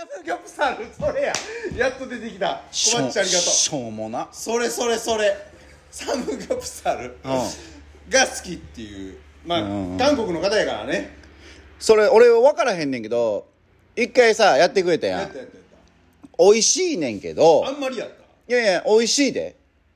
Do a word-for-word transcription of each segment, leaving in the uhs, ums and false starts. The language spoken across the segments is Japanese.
ムギョプサル、それや、やっと出てきた。小町ありがとう。 しょうもな。 それそれそれ、サムギョプサルが好きっていう、まあ、うんうん、韓国の方やからね。 それ俺分からへんねんけど、一回さやってくれたやん。 やったやったやった。 美味しいねんけど、 あんまりやった。 いやいや美味しいで、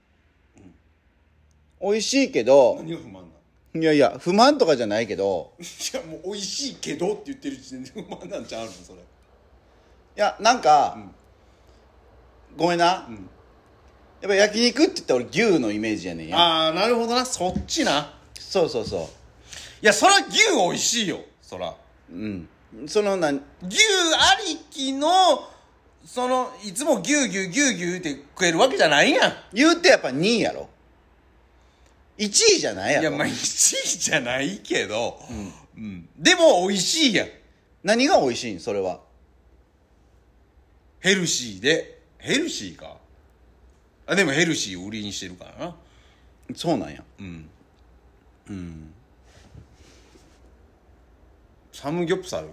うん、美味しいけど、 何が不満なの？ いやいや不満とかじゃないけどいやもう美味しいけどって言ってる時点で不満なんちゃうのそれ。いやなんか、うん、ごめんな、うん、やっぱ焼肉って言ったら俺牛のイメージやねんや。 ああなるほどな、そっちな。 そうそうそう。 いやそら牛美味しいよ、そら。 うんそのな牛ありきのそのいつも牛牛牛牛って食えるわけじゃないやん。 言うてやっぱにいやろ、いちいじゃないやろ。 いやまあいちいじゃないけど、うんうん、でも美味しいやん。 何が美味しいんそれは。 ヘルシーで、ヘルシーか。あでもヘルシーを売りにしてるからな。 そうなんや。 うんうんサムギョプサル、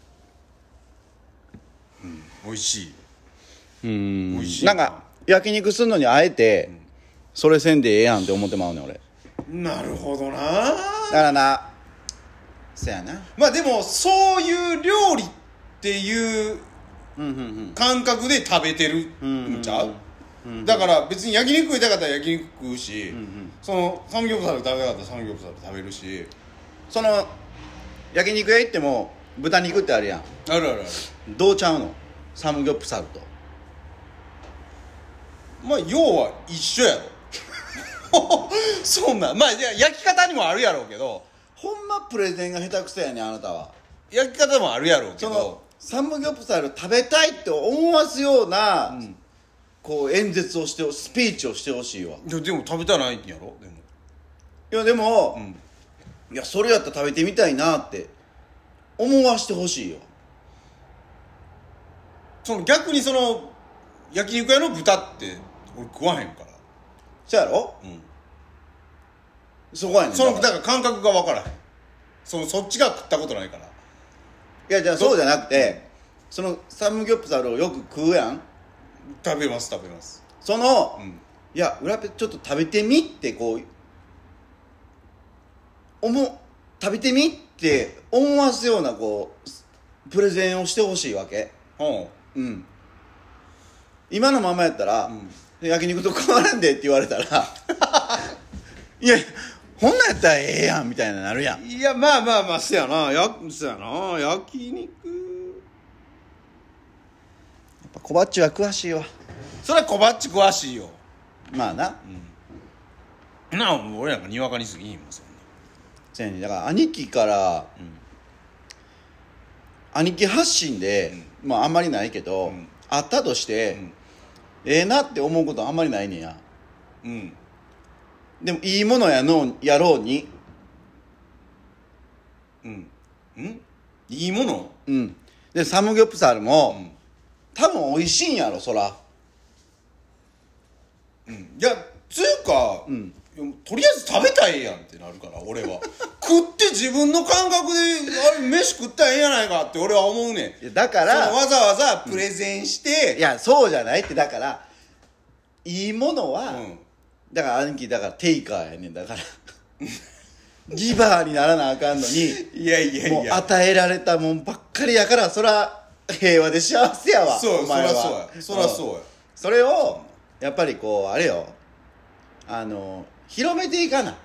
うん、美味しい。 うん美味しいな。なんか焼肉すんのにあえて、うん、それせんでええやんって思ってまうねん俺。 なるほどな。だからな、そやな。 まあでもそういう料理っていう感覚で食べてるんちゃう、うんうんうん、だから別に焼肉食いたかったら焼肉食うし、うんうん、そのサムギョプサル食べたかったらサムギョプサル食べるし、 その焼肉屋行っても豚肉ってあるやん。 あるあるある。 どうちゃうのサムギョプサルと。 まあ要は一緒やろそんなまあ焼き方にもあるやろうけど、 ほんまプレゼンが下手くそやねんあなたは。 焼き方もあるやろうけど、そのサムギョプサル食べたいって思わすような、うん、こう演説をしてスピーチをしてほしいわ。 でもでも食べたないんやろ。でもいやでも、うんいやそれやったら食べてみたいなって思わしてほしいよ。 その逆にその焼肉屋の豚って俺食わへんから。 そうやろ、うん、そこやねん。 そのだから感覚が分からへん。そのそっちが食ったことないから。 いやじゃあそうじゃなくて、うん、そのサムギョプサルをよく食うやん。 食べます食べます。 その、うん、いや裏ペちょっと食べてみってこう思食べてみって思わすようなこうプレゼンをしてほしいわけ。うん、うん、今のままやったら、うん、焼肉と変わらんでって言われたらいやほんなんやったらええやんみたいななるやん。 いやまあまあまあそやなやそやな焼肉やっぱ小バッチは詳しいわ。 それは小バッチ詳しいよ。 まあな、 うん、なあ俺なんかにわかにすぎんもんそんな。 だから兄貴から、うん、兄貴発信で、うん、まああんまりないけど、うん、あったとして、うん、ええなって思うことあんまりないねんや、うん、でもいいものやのやろうに、 うん、んいいもの、 うん、でサムギョプサルも、うん、多分美味しいんやろそら、 うん、いやつうか、うんとりあえず食べたらええやんってなるから俺は食って自分の感覚であれ飯食ったらええやないかって俺は思うねん。 だからそのわざわざプレゼンして、 うん、いやそうじゃないって。だからいいものは、うん、だから兄貴だからテイカーやねん。だからギバーにならなあかんのにいやいやいやもう与えられたもんばっかりやからそら平和で幸せやわ。 そうお前はそらそうやそらそうや、うん、 それをやっぱりこうあれよあの広めていかな。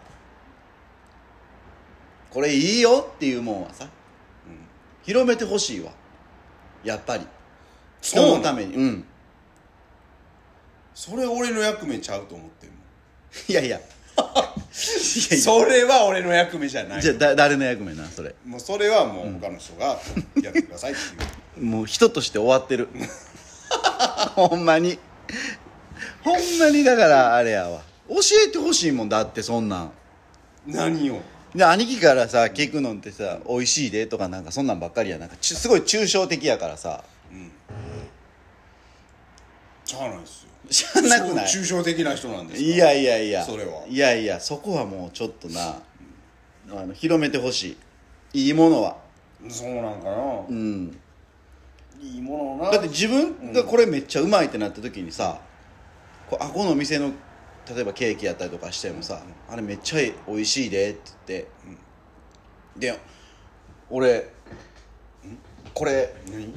これいいよっていうもんはさ、うん、広めてほしいわやっぱり人のために。うん、 それ俺の役目ちゃうと思ってんの。 いやいやそれは俺の役目じゃない。 じゃあだ誰の役目なそれ。 もうそれはもう他の人がやってくださいっていう、 うん、もう人として終わってるほんまにほんまに。だからあれやわ教えてほしいもんだってそんなん。 何をで兄貴からさ聞くのってさ美味しいでとかなんかそんなんばっかりやなんかすごい抽象的やからさ、うん、 しゃあないですよ。 しゃあなくない。 抽象的な人なんですか。 いやいやいやそれはいやいやそこはもうちょっとな、うん、あの広めてほしいいいものは。 そうなんかな。 うんいいものな。 だって自分がこれめっちゃうまいってなった時にさ、こうあこの店の例えばケーキやったりとかしてもさ、あれめっちゃ美味しいでって言って、で俺これ何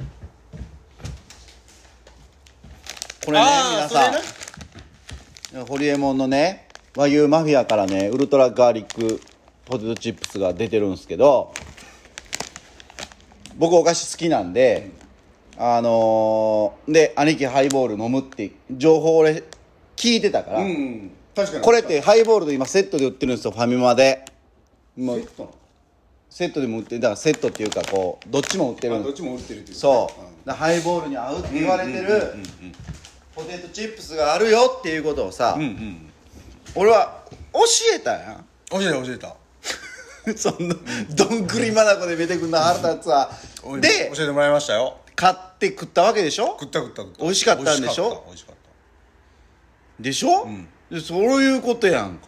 これね皆さんホリエモンのね和牛マフィアからねウルトラガーリックポテトチップスが出てるんですけど、僕お菓子好きなんで、あのー、で兄貴ハイボール飲むって情報俺聞いてたから、 うん、うん、確かにこれってハイボールで今セットで売ってるんですよ、ファミマで。もうセットセットでも売ってる、だからセットっていうかこうどっちも売ってる。 どっちも売ってるっていう、 そう、うん、だハイボールに合うって言われてるポテトチップスがあるよっていうことをさ、うんうん、俺は教えたやん。 教えた教えたそんな、うん、どんぐりまなこで出てくんの腹立つわで教えてもらいましたよ。 買って食ったわけでしょ。 食った食った食った。 美味しかったんでしょ。 美味しかったでしょ、うん、でそういうことやんか。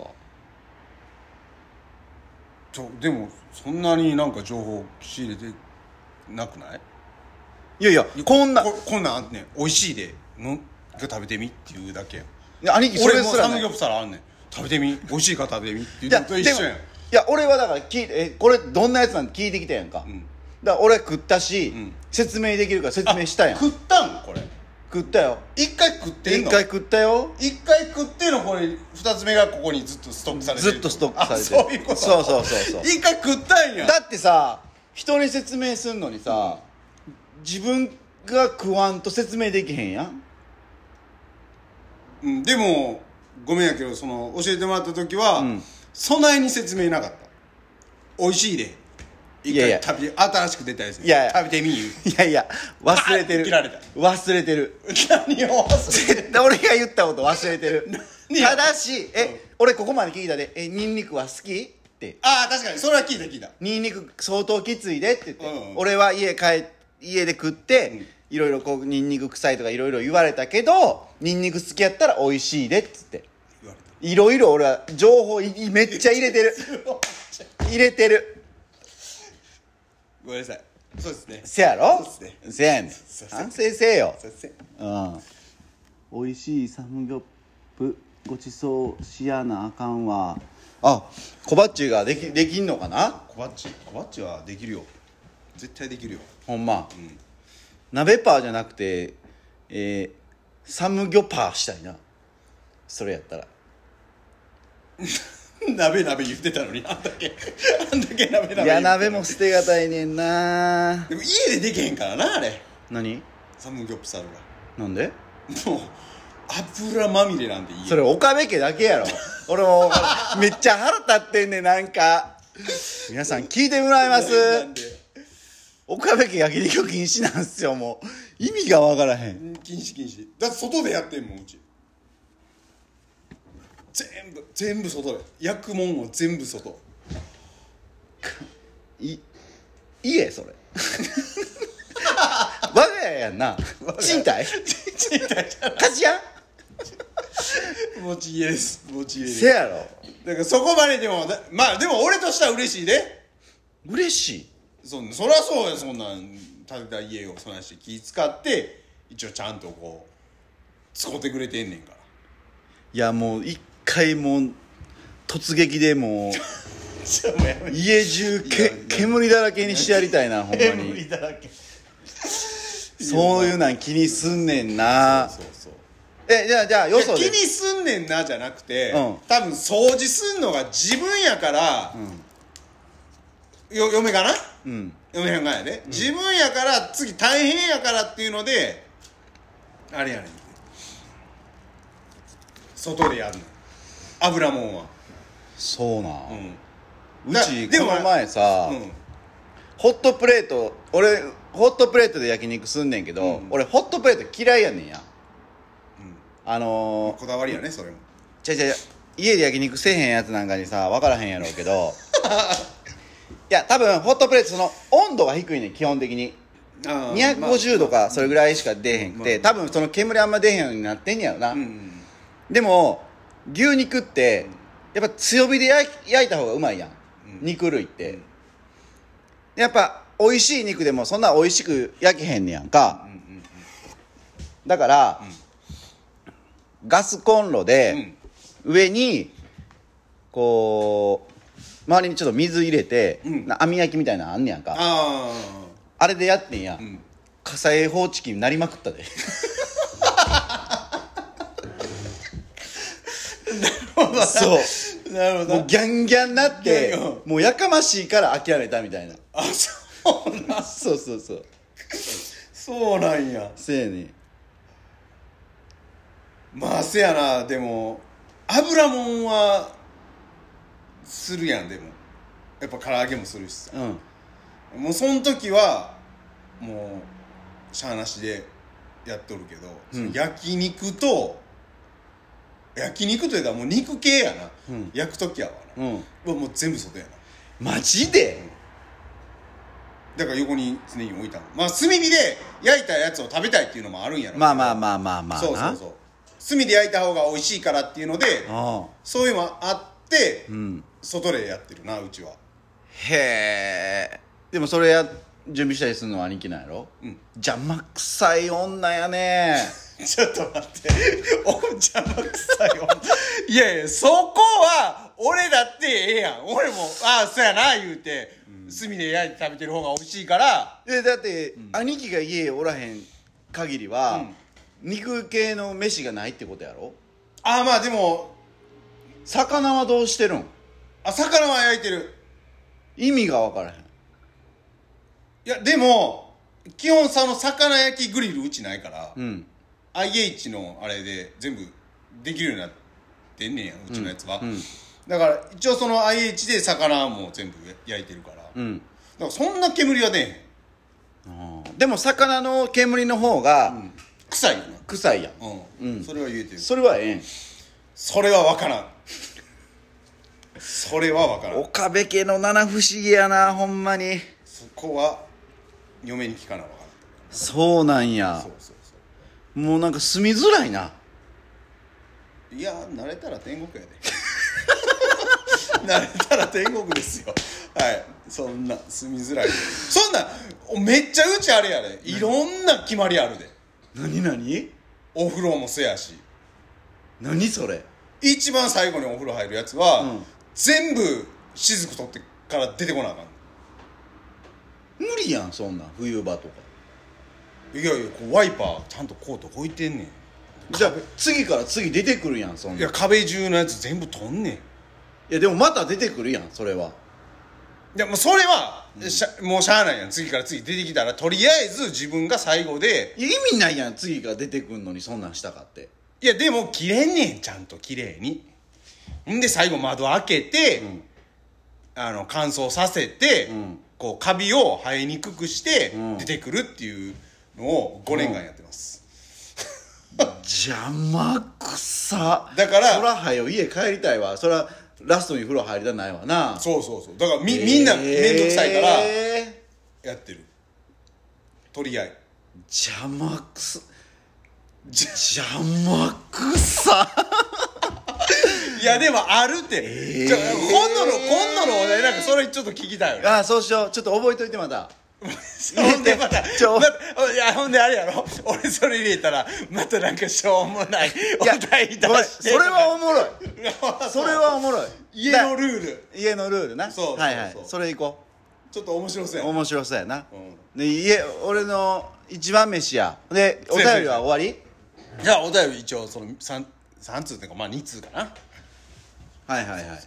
ちょでもそんなになんか情報仕入れてなくない？ いやいやこんなこ, こんなんあんねん、美味しいでのが食べてみっていうだけやん。 兄貴それすら、ね、 俺もサムギョプサルあんねん、食べてみ美味しいから食べてみっていうのと一緒やん。いや俺はだから聞いてえこれどんなやつなんて聞いてきたやんか、うん、だから俺食ったし、うん、説明できるから説明したやん。 食ったんこれ。 食ったよ。 一回食ってんの。 一回食ったよ。 一回食ってんの。これ二つ目がここにずっとストックされてる。 ずっとストックされてる。そういうこと。 そうそうそうそう。 一回食ったんや。 だってさ人に説明すんのにさ、うん、自分が食わんと説明できへんやん。 うん、でもごめんやけどその教えてもらった時は、うん、備えに説明なかった。美味しいで一回食べて新しく出たやつ、ね、 いやいや食べてみいやいや忘れてる。忘れてる。 何を忘れてる。 俺が言ったこと忘れてる。ただしえ、うん、俺ここまで聞いたでえニンニクは好きってああ確かにそれは聞いた聞いた。 ニンニク相当きついでって言って、うん、俺は家帰家で食って、うん、いろいろこうニンニク臭いとかいろいろ言われたけどニンニク好きやったら美味しいでっつっていろいろ俺は情報めっちゃ入れてる入れてる。 ごめんなさい。そうですね。 せやろ。 そうですね。 せやねん。反省せえよ。 そうですね。 うん。美味しいサムギョプごちそうしやなあかんわ。あ、コバッチができできんのかな。 コバッチコバッチはできるよ。絶対できるよ。 ほんま。うん。鍋パーじゃなくて、えー、サムギョパーしたいな。それやったら。 鍋鍋言ってたのにあんだけあんだけ鍋鍋いや鍋も捨てがたいねんな。 でも家でできへんからなあれ。 何サムギョプサルがなんでもう油まみれなんでいい。 それ岡部家だけやろ俺もめっちゃ腹立ってんねん。なんか皆さん聞いてもらえますなんで岡部家焼肉禁止なんすよ。もう意味がわからへん。 禁止禁止だって外でやってんもんうち。全部全部外で焼くもんを全部外。 い家それ我が家やんな。賃貸賃貸じゃない貸しやん持ち家です。持ち家です。 せやろ。 だからそこまででもまあでも俺としては嬉しいで。 嬉しい。 そそりゃそうや。そんなん建てた家をそないして気使って一応ちゃんとこう使ってくれてんねんから。 いやもう一回もう突撃でもう家中け煙だらけにしてやりたいな。ほんまに煙だらけそういうなん気にすんねんな。 そうそうそう。 えじゃあじゃあよそで気にすんねんなじゃなくて、うん、多分掃除すんのが自分やから、うん、よ嫁がな、うん、嫁がやね、うん、自分やから次大変やからっていうのであれやねん外でやるの油もんは。 そうな、うん、うちこの前さ、うん、ホットプレート俺ホットプレートで焼肉すんねんけど、うん、俺ホットプレート嫌いやねんや、うん、あのー、 こだわりやねそれも。 ちゃいちゃい家で焼肉せえへんやつなんかにさ分からへんやろうけどいや多分ホットプレートその温度が低いねん基本的に。にひゃくごじゅうどかそれぐらいしか出えへんくて、まあ、多分その煙あんま出えへんようになってんやろな、うんうん、でも牛肉ってやっぱ強火で焼い焼いた方がうまいやん、うん、肉類ってやっぱ美味しい肉でもそんな美味しく焼けへんねやんか、うん、 だから、うん、ガスコンロで、うん、上にこう周りにちょっと水入れて、うん、網焼きみたいなのあんねやんか。ああれでやってんや、うん、火災報知器になりまくったでそうなるほど。もうギャンギャンなってもうやかましいから諦めたみたいな。 あ、そうなんそうそうそうそうなんや。 せやね。 まあせやな。でも油もんはするやん。でもやっぱ唐揚げもするしさ、うん、もうその時はもうしゃーなしでやっとるけど、うん、焼肉と焼肉というかもう肉系やな、うん、焼く時やわな、うん、もう全部外やな。マジで、 うん、だから横に常に置いたの。まあ炭火で焼いたやつを食べたいっていうのもあるんやろ。 まあまあまあまあまあそうそうそう。炭で焼いた方が美味しいからっていうので、そういうのもあって、うん、外でやってるなうちは。 へえ。でもそれや準備したりするのは兄貴なんやろ。うん。邪魔くさい女やねちょっと待ってお邪魔くさい女いやいやそこは俺だってええやん。俺もああそうやな言うて、うん、炭で焼いて食べてる方が美味しいから。 えだって、うん、兄貴が家おらへん限りは、うん、肉系の飯がないってことやろ。 ああまあでも魚はどうしてるん。 あ魚は焼いてる。 意味が分からへん。 いやでも基本その魚焼きグリルうちないから、うん、アイエイチ のあれで全部できるようになってんねんやうちのやつは、うんうん、だから一応その アイエイチ で魚も全部焼いてるから、うん、だからそんな煙は出えへん。 あでも魚の煙の方が、うん、 臭いよな。 臭いやん、 うんうん、それは言えてる。 それはええん。 それは分からんそれは分からん。 岡部家の七不思議やなほんまに。 そこは嫁に聞かな分からん。 そうなんや。そうそうそう。もうなんか住みづらいな。 いや慣れたら天国やで慣れたら天国ですよ。はいそんな住みづらいそんなめっちゃうちあれやで。いろんな決まりあるで。 何何。 お風呂もせやし。 何それ。 一番最後にお風呂入るやつは、うん、全部雫取ってから出てこなあかん。 無理やんそんなん冬場とか。 いやいやこうワイパーちゃんとコート置いてんねん。 じゃあ次から次出てくるやんそんなん。 いや壁中のやつ全部取んねん。いやでもまた出てくるやんそれは。 いやもうそれは、うん、しゃもうしゃあないやん。次から次出てきたらとりあえず自分が最後で。 いや意味ないやん次から出てくんのにそんなんしたかって。 いやでも切れんねんちゃんと綺麗に。んで最後窓開けて、うん、あの乾燥させて、うん、こうカビを生えにくくして出てくるっていうのをごねんかんやってます、 うん、邪魔くさ。 だからそらはよ家帰りたいわ。そらラストに風呂入りたないわな。 そうそうそう。だから み,、えー、みんな面倒くさいからやってる。取り合い。 邪魔くさ邪魔くさいやでもあるって、えー、今度の今度のお題なんかそれちょっと聞きたいよね。 ああそうしよう。ちょっと覚えといてまたほんでまたちょ、ま、いやほんであれやろ俺それ入れたらまたなんかしょうもないお題出してそれはおもろいそれはおもろい。 家のルール家のルールな。 そうそうそう、 はいはい、それいこう。ちょっと面白そうやな。 面白そうやな、うん、で家俺の一番飯やでお便りは終わり。 いやお便り一応その 3, 3通っていうかまあに通かな。 はいはいはいはい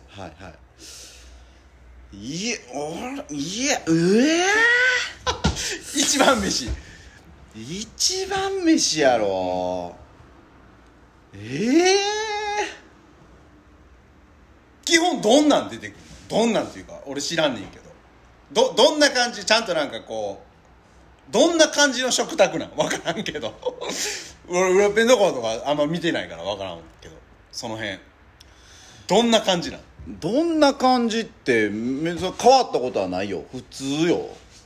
はいいえおいえうえー一番飯一番飯やろ。ええー、基本どんなん出てくるの。どんなんっていうか俺知らんねんけど ど, どんな感じ。ちゃんとなんかこうどんな感じの食卓なん分からんけど俺裏ペンどころとかあんま見てないから分からんけどその辺どんな感じなん。 どんな感じって変わったことはないよ。普通よ。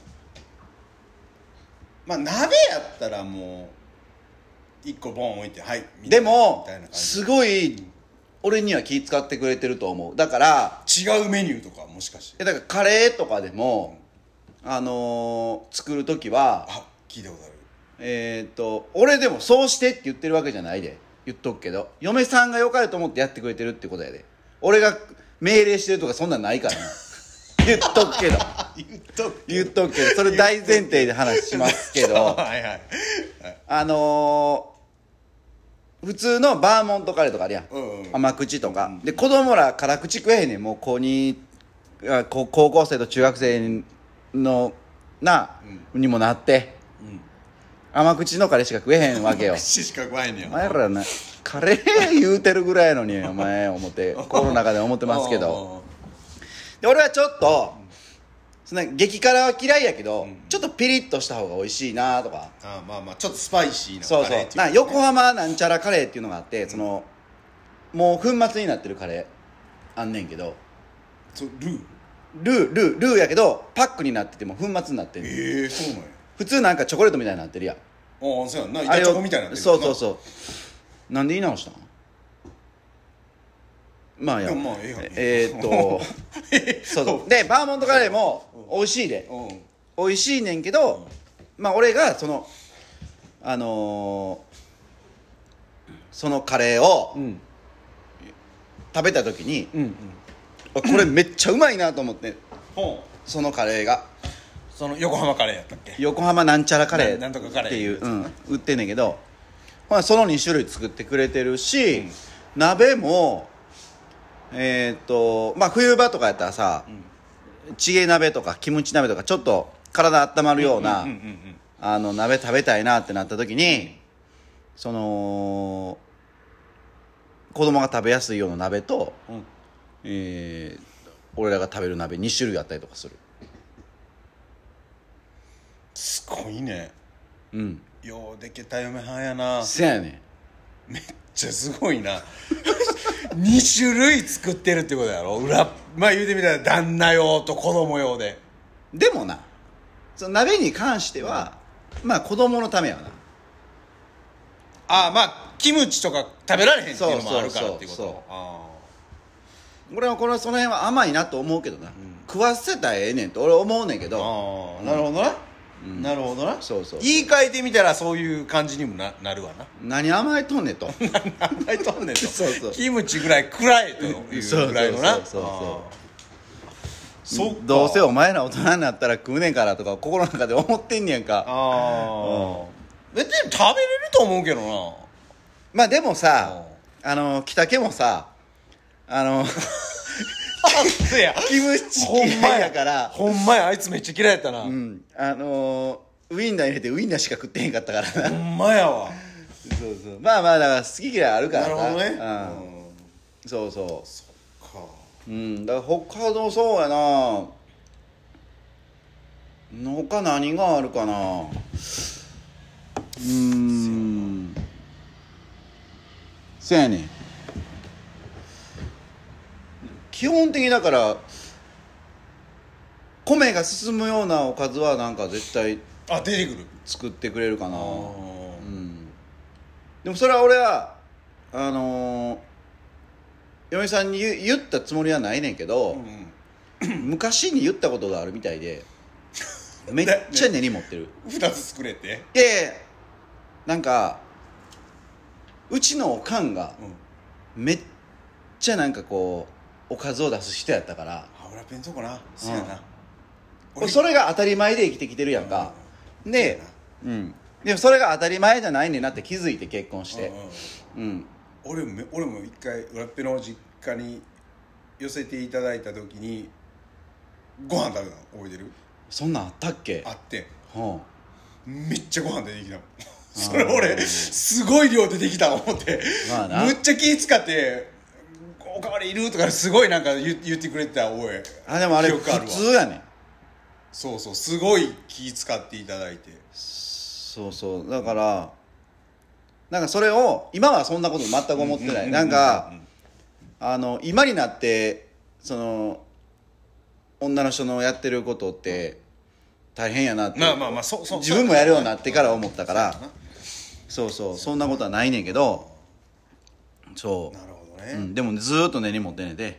まあ鍋やったらもう一個ボン置いてはいみたいな。でもすごい俺には気使ってくれてると思う。だから違うメニューとかもしかして。 だからカレーとかでも、うん、あのー、作る時はあ聞いたことある。 えっと俺でもそうしてって言ってるわけじゃないで、言っとくけど嫁さんが良かれと思ってやってくれてるってことやで。俺が命令してるとかそんなんないからな言っとくけど言っとく言っとくけどそれ大前提で話しますけどはいはい、 あのー普通のバーモントカレーとかあるやん、 うんうん、 甘口とか、うん、で子供ら辛口食えへんねん。もう高に高校生と中学生のな、うん、にもなって、うん、甘口のカレーしか食えへんわけよ。 口しか食わへんねん。 お前らなカレー言うてるぐらいのにお前思ってコロナ禍で思ってますけどで俺はちょっとそんな激辛は嫌いやけど、うん、ちょっとピリッとした方が美味しいなとか。 あまあまあちょっとスパイシーなカレーっていう、ね、 そうそうな横浜なんちゃらカレーっていうのがあって、うん、そのもう粉末になってるカレーあんねんけど、 そルールールールーやけどパックになってても粉末になってんねん。 ええー、そうなんや。 普通なんかチョコレートみたいになってるやん。 ああそうやんな、板チョコみたいになってる。 そうそうそうなんで言い直したん。まあやまあええやんえー、っとそうそうでバーモントカレーも美味しいで、うん、美味しいねんけど、うん、まあ俺がそのあのー、そのカレーを、うん、食べた時に、うんうん、これめっちゃうまいなと思って、うん、そのカレーがその横浜カレーやったっけ。 横浜なんちゃらカレーなんとかカレーっていう、うん、売ってんねんけど、ほなそのに種類作ってくれてるし、うん、鍋もえっ、ー、とまあ冬場とかやったらさ、うん、チゲ鍋とかキムチ鍋とかちょっと体温まるようなあの鍋食べたいなってなった時に、その子供が食べやすいような鍋と、うん、えー、俺らが食べる鍋に種類あったりとかする。 すごいね。 うん。 ようでけた嫁はんやな。 せやねん。めっちゃすごいな。に種類作ってるってことやろ。裏まあ言うてみたら旦那用と子供用で。 でもな、その鍋に関しては、うん、まあ子供のためやな。 ああまあキムチとか食べられへんっていうのもあるからっていうこと。そうそうそうそう。あ俺はこれその辺は甘いなと思うけどな、うん、食わせたらええねんと俺思うねんけど。 ああなるほどな、うん、なるほどな。 そうそうそう、 言い換えてみたらそういう感じにも な, なるわな。 何甘えとんねんと何甘えとんねんとそうそうキムチぐらい食らえというぐらいのな。そうそうそうそう。 どうせお前ら大人になったら食うねんからとか心の中で思ってんねやんか。ああ、うん、別に食べれると思うけどな。 まあでもさ、あの北家もさあのせやキムチ嫌いやからほんまやあいつめっちゃ嫌いやったな。 うんあのー、ウインナー入れてウインナーしか食ってへんかったからな。 ほんまやわ。 そうそうまあまあだから好き嫌いあるからな。なるほどね、 うん、そうそうそっか。 うんだから他のそうやな他何があるかな。うーんそうやねん。基本的にだから米が進むようなおかずはなんか絶対あ出てくる作ってくれるかな。うん、でもそれは俺はあのー、嫁さんに 言, 言ったつもりはないねんけど、うんうん、昔に言ったことがあるみたいでめっちゃ根に持ってる。 ふたつ作れってでなんかうちのおかんがめっちゃなんかこうおかずを出す人やったから。 あ俺は弁当かな。そうやな、 うん、それが当たり前で生きてきてるやんか、うん、で、うん、でもそれが当たり前じゃないねんなって気づいて結婚して、うんうんうん、 俺も俺も一回裏っぺの実家に寄せていただいた時にご飯食べたの覚えてる。 そんなんあったっけ。 あって、 はあ、めっちゃご飯出てきたもんそれ俺すごい量出てきた思って、まあ、なむっちゃ気使っておかわりいるとかすごいなんか 言, 言ってくれてた覚え。 あでもあれ普通やねん。 そうそうすごい気使っていただいて。 そうそうだからなんかそれを今はそんなこと全く思ってない。なんかあの今になってその女の人のやってることって大変やなって、 まあまあまあそそ自分もやるようになってから思ったから、そうそうそんなことはないねんけど、そうなるほどね、うん、でもずーっと根に持ってんねんで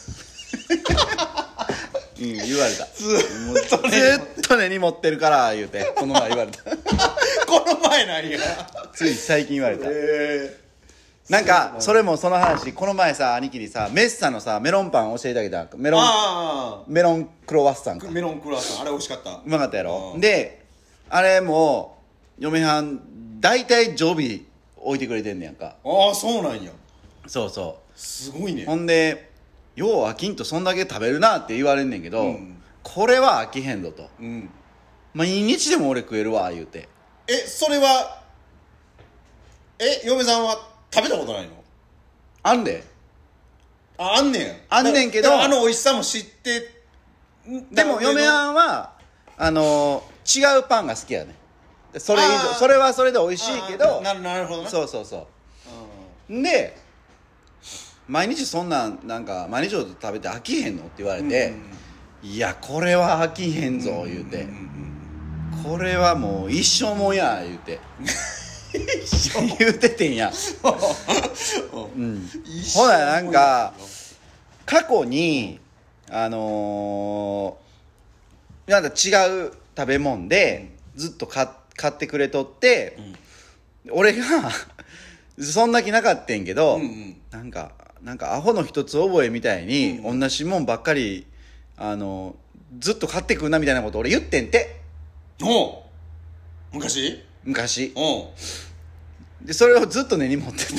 うん、言われたずーっと根に持ってるから言うてこの前言われたこの前なんやつい最近言われた、 えー、 なんかそれもその話この前さ兄貴にさメッサのさメロンパン教えてあげたメロンあメロンクロワッサンかメロンクロワッサンあれ美味しかったうまかったやろであれも嫁はん大体常備置いてくれてんねやんかああそうなんやそうそうすごいねほんでよう飽きんとそんだけ食べるなって言われんねんけど、うん、これは飽きへんぞと、うん、毎日でも俺食えるわ言うてえそれはえ嫁さんは食べたことないのあんでああんねんあんねんけどあの美味しさも知ってでも嫁はんはあのー、違うパンが好きやねそれ以上それはそれで美味しいけどなるなるほどなそうそうそうで毎日そんなんなんか毎日食べて飽きへんのって言われて、うん、いやこれは飽きへんぞ言うて、うん、これはもう一生もんや言うて言うててんや、うん、ほらなんか過去にあのー、なんか違う食べ物でずっと買ってくれとって、うん、俺がそんな気なかったんけど、うんうん、なんかなんかアホの一つ覚えみたいに、うん、同じもんばっかりあのずっと買ってくんなみたいなこと俺言ってんておう昔昔おうでそれをずっと根に持ってて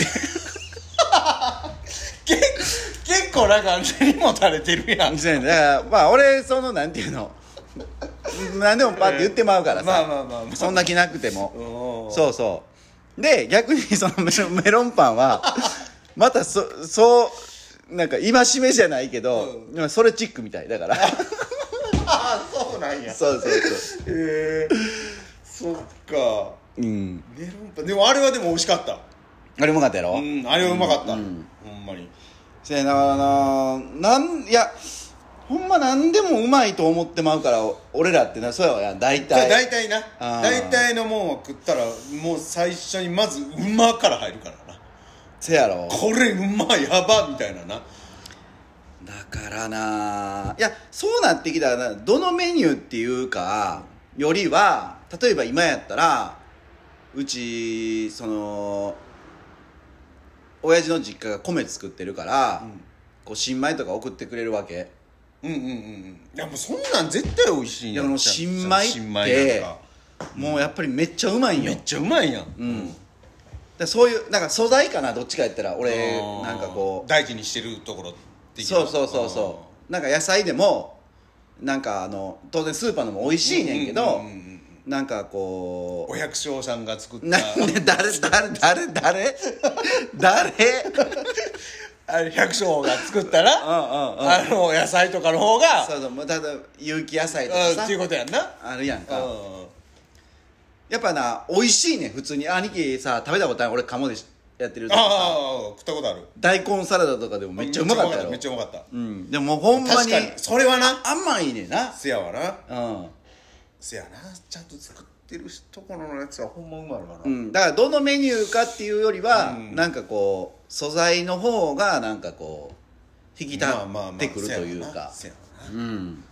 結構なんか根に持たれてるやんだからまあ俺そのなんていうの何でもパッて言ってまうからさ、 まあまあまあまあ、 そんな気なくてもそうそうで逆にそのメロンパンはまたそそうなんか戒めじゃないけど、うん、それチックみたいだからああそうなんやそうそうそうへえそっかうんメロンパンでもあれはでも美味しかったあれうまかったやろうんあれはうまかった、うんうん、ほんまにせやななんいやほんま何でもうまいと思ってまうから俺らってなそうや大体大体な大体のもんを食ったらもう最初にまずうまから入るからなせやろこれうまいやばみたいななだからないやそうなってきたらなどのメニューっていうかよりは例えば今やったらうちその親父の実家が米作ってるから、うん、こう新米とか送ってくれるわけうんうんうんうんいやもうそんなん絶対美味しいんやん新米ってもうやっぱりめっちゃうまいんよめっちゃうまいやんうん、うんだそういうなんか素材かなどっちかやったら俺なんかこう大事にしてるところ的なそうそうそうそうなんか野菜でもなんかあの当然スーパーのも美味しいねんけど、うんうんうんうん、なんかこうお百姓さんが作ったなんで誰誰誰誰誰あれ百姓が作ったら、うんうんうん、あの野菜とかの方がそうそうただ有機野菜とかさっていうことやんなあるやんか、うんやっぱな美味しいね普通に兄貴さ食べたことない俺鴨でやってるとかさああ食ったことある大根サラダとかでもめっちゃうまかったやろめっちゃうまかったうんでもほんまに確かにそれはな甘いねんなせやわなうんせやなちゃんと作ってるところのやつはほんまうまいわなうんだからどのメニューかっていうよりは、うん、なんかこう素材の方がなんかこう引き立ってくるというかせやわなうん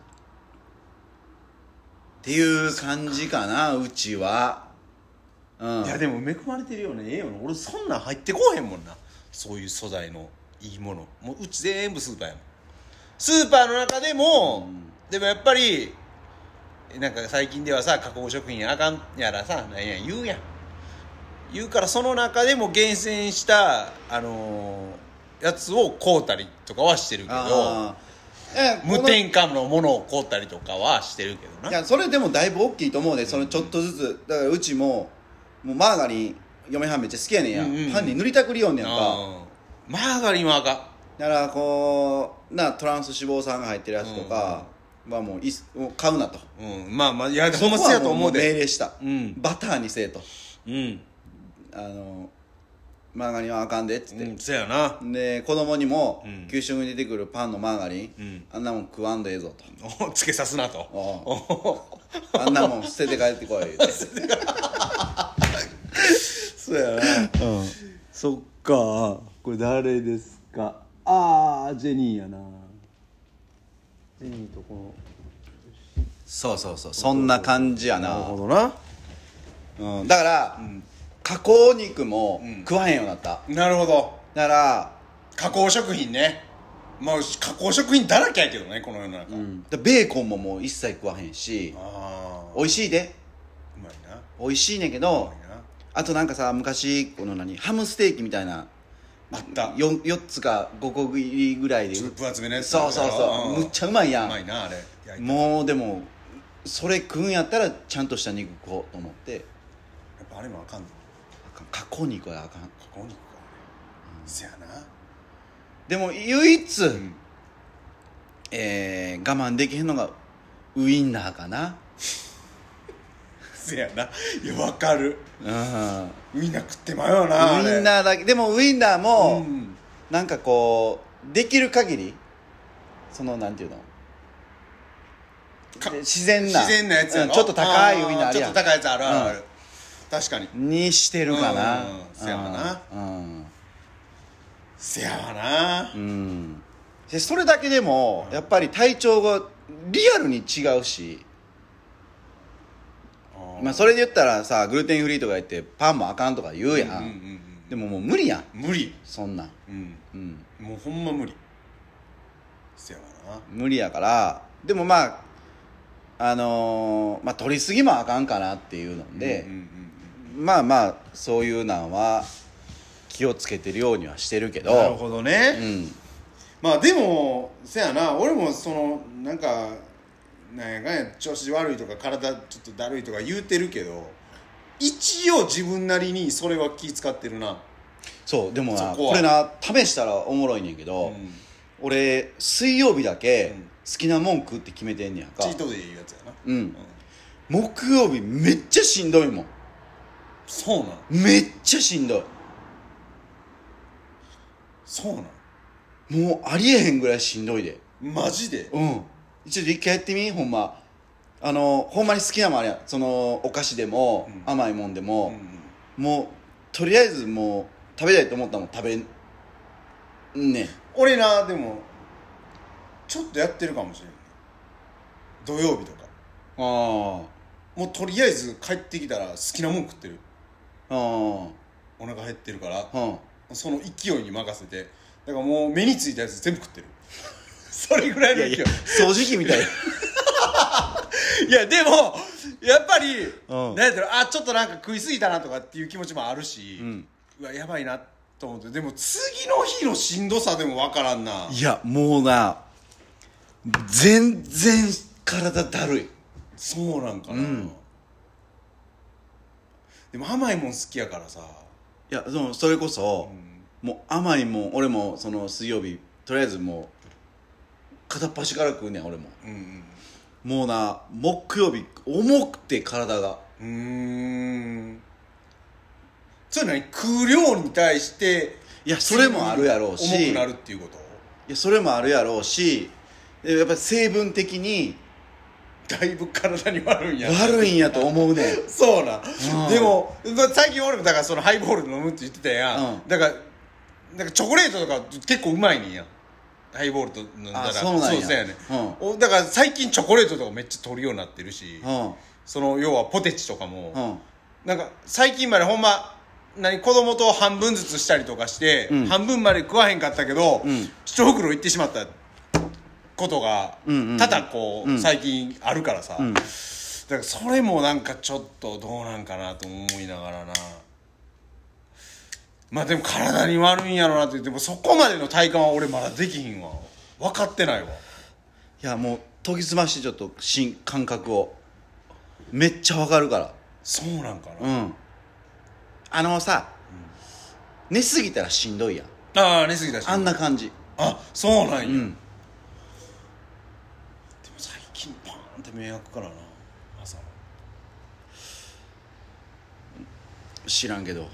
っていう感じかなうちは、 うん、いやでも恵まれてるよねええよな俺そんなん入ってこへんもんなそういう素材のいいものもううち全部スーパーやもんスーパーの中でも、うん、でもやっぱりなんか最近ではさ加工食品あかんやらさなんや言うやん言うからその中でも厳選したあのー、やつを買うたりとかはしてるけど無添加のものを買ったりとかはしてるけどな。 いやそれでもだいぶ大きいと思うね、うん、そのちょっとずつだからうちももうマーガリン嫁はんめっちゃ好きやねんや、うんうん、パンに塗りたくりよんねんかマーガリンはあかんだからこうなトランス脂肪酸が入ってるやつとかはもういもう買うなと、 うん、まあまあいやほんまそうやと思うで命令した、 うん、 バターにせえと、 うん、 あのマーガリンはあかんでっつって、うん、 そやなで子供にも、うん、給食に出てくるパンのマーガリン、うん、あんなもん食わんでええぞとつけさすなとあんなもん捨てて帰ってこい言うてそうやな、うん、そっかこれ誰ですかああジェニーやなジェニーとこのそうそうそうそんな感じやななるほどなうん、だから、うん、加工肉も食わへんようになった、 うん、なるほど。 だから加工食品ね、まあ加工食品だらけやけどねこの世の中、 うん、ベーコンももう一切食わへんし、あ美味しいで、 うまいな、 美味しいねんけど、あとなんかさ昔この何ハムステーキみたいなあった 4, 4つかごこ入りぐらいでちょっと分厚めのやつ、 そうそうそう、むっちゃうまいやん。 うまいなあれ。 もうでもそれ食うんやったらちゃんとした肉食おうと思って。やっぱあれもあかんの、 あかん、加工肉はあかん、加工肉か、うん、せやな。 でも唯一、うん、えー、我慢できへんのがウインナーかな。 せやな、いや分かる、うん、ウインナー食ってまうよな。ウインナーだけでもウインナーも、うん、なんかこうできる限りそのなんていうの自然な自然なやつやろ、 うん、ちょっと高いウインナーあるやん、 ちょっと高いやつあるあるある、うん、確かににしてるかな、 うん、せやわな、うん、せやわな、 うん、でそれだけでもやっぱり体調がリアルに違うし、まあそれで言ったらさグルテンフリーとか言ってパンもあかんとか言うやん、うんうんうんうん、でももう無理やん、 無理そんなん、 うんうん、もうほんま無理、せやわな、 無理やから。でもまああのー、まあ取りすぎもあかんかなっていうので、うんうんうん、まあまあそういうなんは気をつけてるようにはしてるけど。 なるほどね、うん、まあでもせやな、俺もそのなんかなんやかんや調子悪いとか体ちょっとだるいとか言うてるけど一応自分なりにそれは気使ってるな。 そうでもなこれな試したらおもろいねんけど、うん、俺水曜日だけ好きなもん食って決めてんねやんか。 チートデーいうやつやな、 うん、うん、木曜日めっちゃしんどいもん。 そうなん、 めっちゃしんどい。 そうなん、 もうありえへんぐらいしんどいで。 マジで。 うん、ちょっと一回やってみ、ほんま。あのほんまに好きなもんあれや、そのお菓子でも、うん、甘いもんでも、うんうん、もうとりあえずもう食べたいと思ったもん食べんね。 俺なでもちょっとやってるかもしれん、土曜日とか。ああ、もうとりあえず帰ってきたら好きなもん食ってる。ああ、お腹減ってるから、うん、その勢いに任せて、だからもう目についたやつ全部食ってる。それぐらいの勢い。いやいや掃除機みたい。 いやでもやっぱり、うん、なんやったらあちょっとなんか食いすぎたなとかっていう気持ちもあるし、うん、うわやばいなと思って。でも次の日のしんどさでも分からんな。 いやもうな全然体だるい。 そうなんかな、うん、でも甘いもん好きやからさ。 いやそのそれこそ、うん、もう甘いもん俺もその水曜日とりあえずもう片っ端から食うねん俺も、うんうん、もうな木曜日重くて体が。うーん、それ何食う量に対して。 いやそれもあるやろうし重くなるっていうこと。 いやそれもあるやろうし、やっぱり成分的にだいぶ体に悪いんや悪いんやと思うねん。 そうな、うん、でも最近俺もだからそのハイボール飲むって言ってたやん、うん、だからなんかチョコレートとか結構うまいねんや、ハイボールと飲んだら。あそうなんや。 そうやね、うん、だから最近チョコレートとかめっちゃ取るようになってるし、うん、その要はポテチとかも、うん、なんか最近までほんま何子供と半分ずつしたりとかして、うん、半分まで食わへんかったけど、うん、一袋いってしまったことが多々こう、うん、最近あるからさ、うん、だからそれもなんかちょっとどうなんかなと思いながらな。まあでも体に悪いんやろうなって。でもそこまでの体感は俺まだできひんわ、分かってないわ。いやもう研ぎ澄ましてちょっと新感覚をめっちゃ分かるから。 そうなんかな。 うん、あのさ、うん、寝すぎたらしんどいやん。 ああ寝すぎたらしんどい、 あんな感じ。 あそうなんや、うん、でも最近パーンって迷惑からな朝。 知らんけど。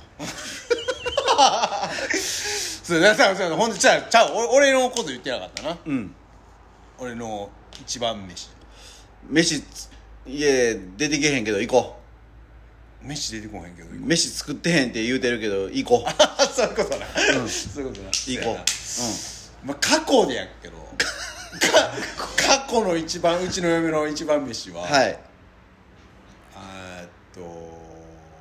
そうだからそうほんでちゃうちゃう俺のこと言ってなかったな。うん、俺の一番飯飯家出てけへんけど行こう。飯出てこへんけど飯作ってへんって言うてるけど行こう。 そういうことな、うん、そういうことな行こう。うん、 まあ過去でやっけど過去の一番うちの嫁の一番飯ははいえっと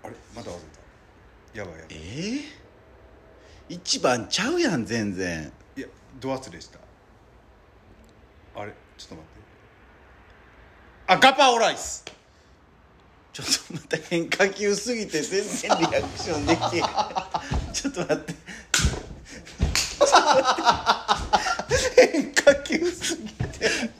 れまた忘れた。やばいやばい。 えー、一番ちゃうやん全然。 いやど忘れした。あれちょっと待って。あガパオライス。 ちょっとまた変化球すぎて全然リアクションできへんちょっと待って変化球すぎて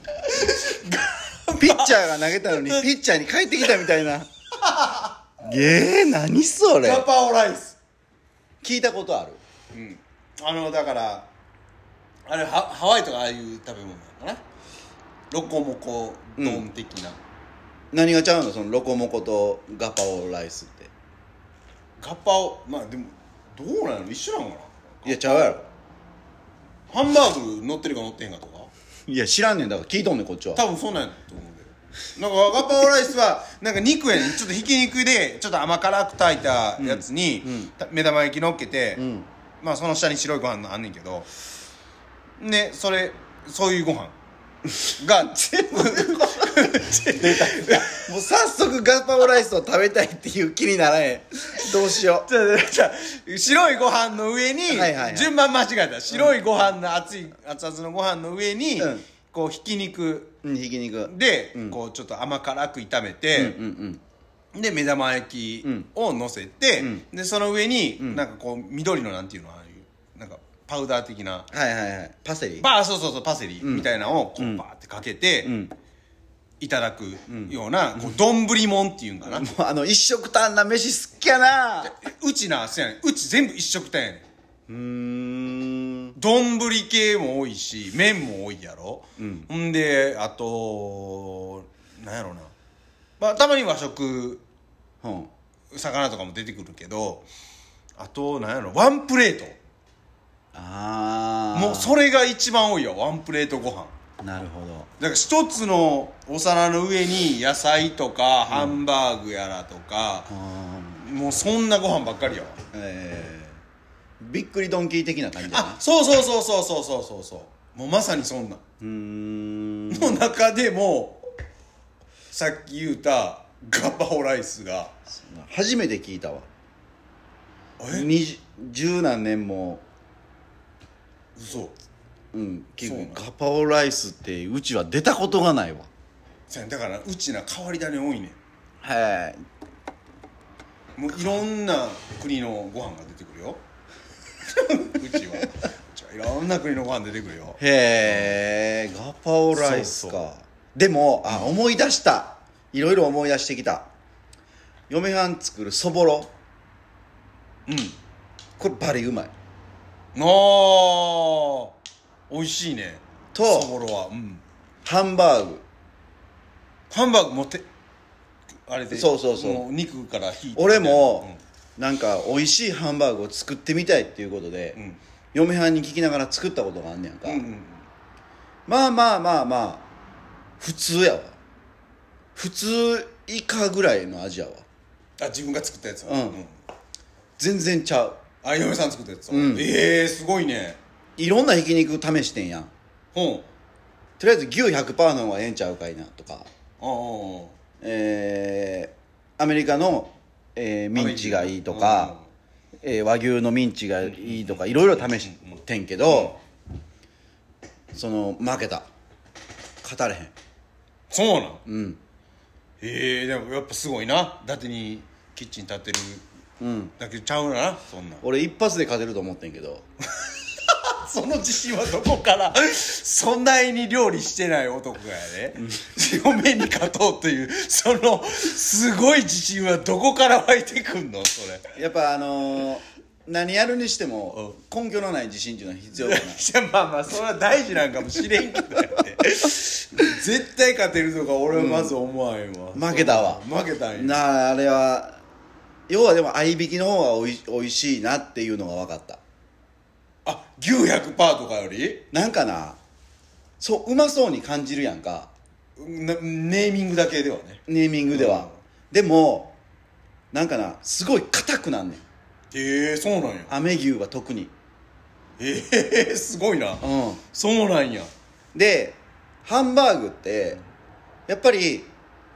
ピッチャーが投げたのにピッチャーに帰ってきたみたいな。えー、何それ。 ガパオライス聞いたことある。 うんあのだからあれハハワイとかああいう食べ物なのかな。ロコモコ丼的な、うん、 何がちゃうのそのロコモコとガパオライスって。 ガパオまあでもどうなの一緒なのかな。 いやちゃうやろ。 ハンバーグ乗ってるか乗ってへんかとか。 いや知らんねんだから聞いとんねんこっちは。 多分そうなんやと思うんだよ。なんかガパオライスはなんか肉やねん。ちょっとひき肉でちょっと甘辛く炊いたやつに、うんうん、目玉焼き乗っけて、うん、まあその下に白いご飯あんねんけどね。それそういうご飯が全部出た。もう早速ガパオライスを食べたいっていう気にならへん。どうしよう。白いご飯の上に、はいはいはい、順番間違えた。白いご飯の熱い熱々のご飯の上に、うん、こうひき肉、 うん、ひき肉で、うん、こうちょっと甘辛く炒めて、うんうんうん、で目玉焼きを乗せて、うん、でその上に、うん、なんかこう緑のなんていうのああいうなんかパウダー的な、 はいはいはい、パセリ、 バーそうそうそうパセリみたいなのをこうバーってかけて、うん、いただくような、うん、こう丼もんっていうんかな。もうあの一食単な飯好きやな。 うちなそうやねん。うち全部一食単やねん。 うーん丼系も多いし麺も多いやろ。うん、んであとなんやろな、まあたまに和食、うん、魚とかも出てくるけど、あとなんやろワンプレート。ああもうそれが一番多いよワンプレートご飯。 なるほど。 だから一つのお皿の上に野菜とかハンバーグやらとか、うん、もうそんなご飯ばっかりよ。 えー、びっくりドンキー的な感じだな。 あそうそうそうそうそうそうそうそうもうまさにそんなうーんの中でもさっき言うたガパオライスが初めて聞いたわ。え十何年も嘘。 うん結構ガパオライスってうちは出たことがないわ。 だからうちな変わり種多いねん。 はいもういろんな国のご飯が出てくるようちはうちはいろんな国のご飯出てくるよ。 へえガパオライスか。そうそうでもあ思い出した。いろいろ思い出してきた。嫁はん作るそぼろ、うんこれバリうまい。 あー美味しいね。 とそぼろは、うん、 ハンバーグハンバーグもてあれでそうそうそうもう肉から引いて俺も、うん、なんか美味しいハンバーグを作ってみたいっていうことで、うん、嫁はんに聞きながら作ったことがあんねやんか、うんうん、まあまあまあまあ普通やわ。普通以下ぐらいの味やわ。 あ自分が作ったやつは、 うんうん、全然ちゃう。 あ嫁さん作ったやつは、うん、ええー、すごいね。 いろんなひき肉試してんやん。ほうとりあえず牛 ひゃくパーセント の方がええんちゃうかいなとか、ああえー、アメリカの、えー、ミンチがいいとか、えー、和牛のミンチがいいとかいろいろ試してんけど、その負けた。語れへん。 そうなん。 うんええー、でもやっぱすごいな。伊達にキッチン立ってる、うん、だけどちゃうなそんな。 俺一発で勝てると思ってんけどその自信はどこからそんなに料理してない男がやね、うん、嫁に勝とうというそのすごい自信はどこから湧いてくんのそれ。 やっぱあのー、何やるにしても根拠のない自信っていうのは必要かな。いやまあまあそれは大事なんかもしれんけどやね絶対勝てるとか俺はまず思わへんわ、 うん、負けたわ。 負けたんやなあ。あれは要はでも合いびきの方がおい、おいしいなっていうのが分かった。 あ牛 ひゃくパーセント とかよりなんかなそううまそうに感じるやんかな。ネーミングだけではね。 ネーミングでは、うん、でもなんかなすごい硬くなんねん。 へえー、そうなんや。 アメ牛は特に。 ええー、すごいな。うんそうなんや。 でハンバーグってやっぱり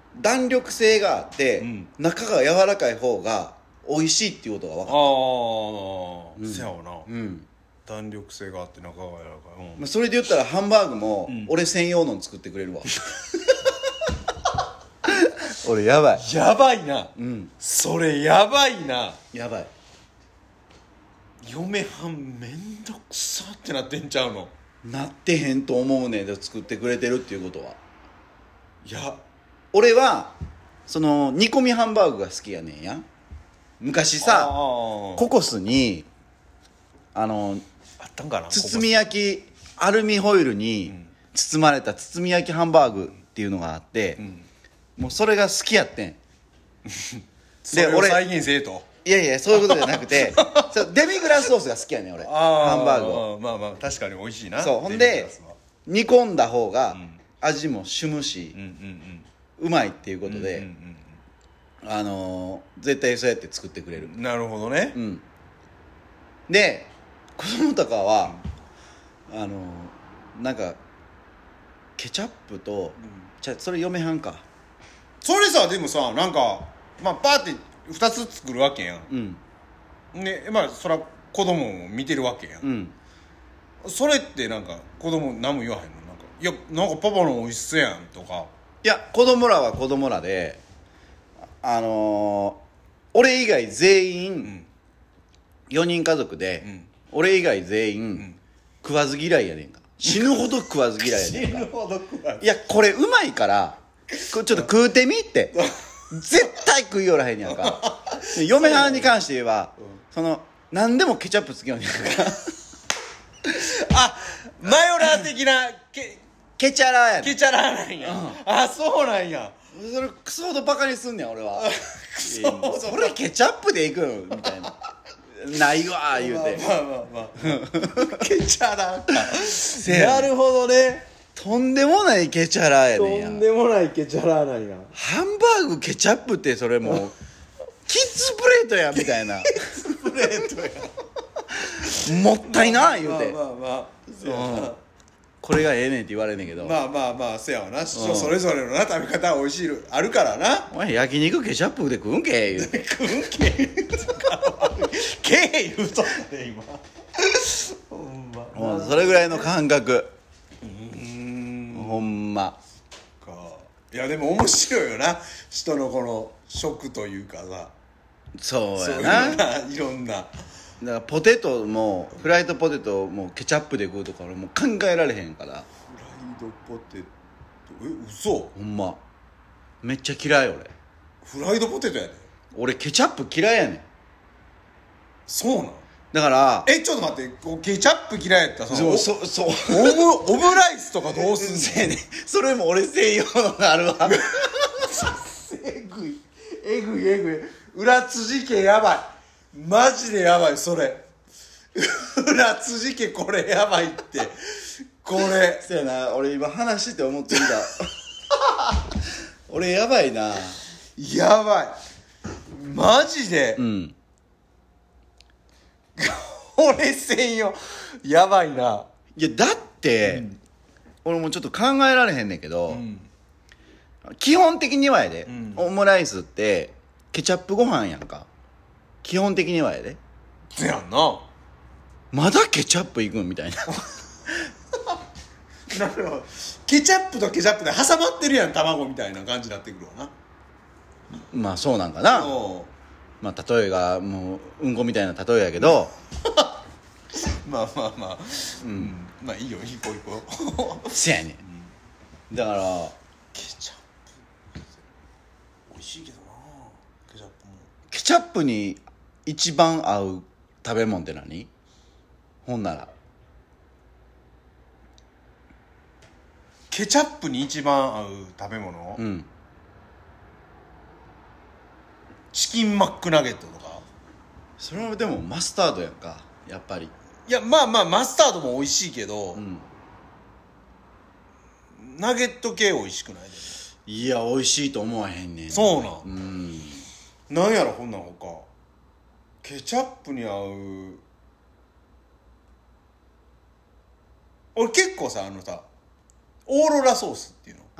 弾力性があって、 うん、 中が柔らかい方が美味しいっていうことが分かった。ああ、うん、せやわな、 うん、 弾力性があって中が柔らかい、うん、 まあ、それで言ったらハンバーグも、 うん、 俺専用の作ってくれるわ俺やばいやばいな、 うん、 それやばいな、 やばい。 嫁はんめんどくさってなってんちゃうの。 なってへんと思うねんで作ってくれてるっていうことは。 いや俺はその煮込みハンバーグが好きやねんや。昔さココスにあのあったんかな、 包み焼きアルミホイルに包まれた包み焼きハンバーグっていうのがあって、うん、もうそれが好きやってんそれを再現せえと。 いやいやそういうことじゃなくてデミグラスソースが好きやねん俺。ハンバーグをまあまあ確かに美味しいな。 そうほんで煮込んだ方が味も染むし、うんうんうん、うまいっていうことで、うんうんうん、あのー、絶対そうやって作ってくれる。 なるほどね、 うん、で子供とかは、うん、あのー、なんかケチャップと、うん、じゃそれ嫁はんかそれさ。でもさなんかまあパーってふたつ作るわけやん、うん、でまあそら子供も見てるわけやん、うん、それってなんか子供何も言わへんの。なんかいやなんかパパの美味しそうやんとか。 いや子供らは子供らであのー、俺以外全員、うん、よにん家族で、うん、俺以外全員、うん、食わず嫌いやねんか。死ぬほど食わず嫌いやねんか死ぬほど食わず。いやこれうまいからちょっと食うてみって絶対食いよらへんやんか嫁はんに関して言えば、うん、その何でもケチャップつけようやんかあマヨラー的なケケチャラーやねん。 ケチャラーなんや、うん、あそうなんや。 それクソほどバカにすんねん俺はクソほどそれケチャップでいくんみたいなないわ言うてまあまあまあ、まあ、ケチャラーかなるほどね。 とんでもないケチャラーやねんや。 とんでもないケチャラーなんや。 ハンバーグケチャップってそれもうキッズプレートやみたいなキッズプレートやもったいな言うて、 まあまあまあ、まあうん、これがええねんって言われんねんけど、 まあまあまあせやわな、人それぞれのな食べ方は美味しいあるからな。 お前焼肉ケチャップで食うんけ言うて食うんけけ言うとって今ほんま、 うん、それぐらいの感覚。ほんまか。いやでも面白いよな人のこの食というかさ。 そうやな、 そういういろんなだからポテトもフライドポテトもケチャップで食うとか俺もう考えられへんから。フライドポテトえ嘘ほんまめっちゃ嫌い俺。 フライドポテトやで。 俺ケチャップ嫌いやねん。 そうなんだからえちょっと待ってケチャップ嫌いやったらそうそうそうオムオムライスとかどうすんのせやねんそれも俺専用のがあるわえぐいえぐいえぐい裏辻家やばいマジでやばいそれ裏辻家これやばいってこれせやな俺今話してて思ってみた俺やばいなやばいマジでうん俺専用やばいな。 いやだって、うん、俺もちょっと考えられへんねんけど、うん、基本的にはやで、うん、オムライスってケチャップご飯やんか基本的にはやで。 そやんな。 まだケチャップいくんみたいななるほど。ケチャップとケチャップで挟まってるやん卵みたいな感じになってくるわな。 まあそうなんかな。まあ例えがもううんこみたいな例えやけどまあまあまあうん、うん、まあいいよいいこいこせやねん、うん、だからケチャップ美味しいけどな。ケチャップもケチャップに一番合う食べ物って何？ほんならケチャップに一番合う食べ物、うん、チキンマックナゲットとか。 それはでもマスタードやんかやっぱり。 いやまあまあマスタードも美味しいけど、うん、ナゲット系美味しくないで。 いや美味しいと思わへんねん。 そうなん、うん、なんやろこんなんほかケチャップに合う。俺結構さあのさオーロラソースっていうの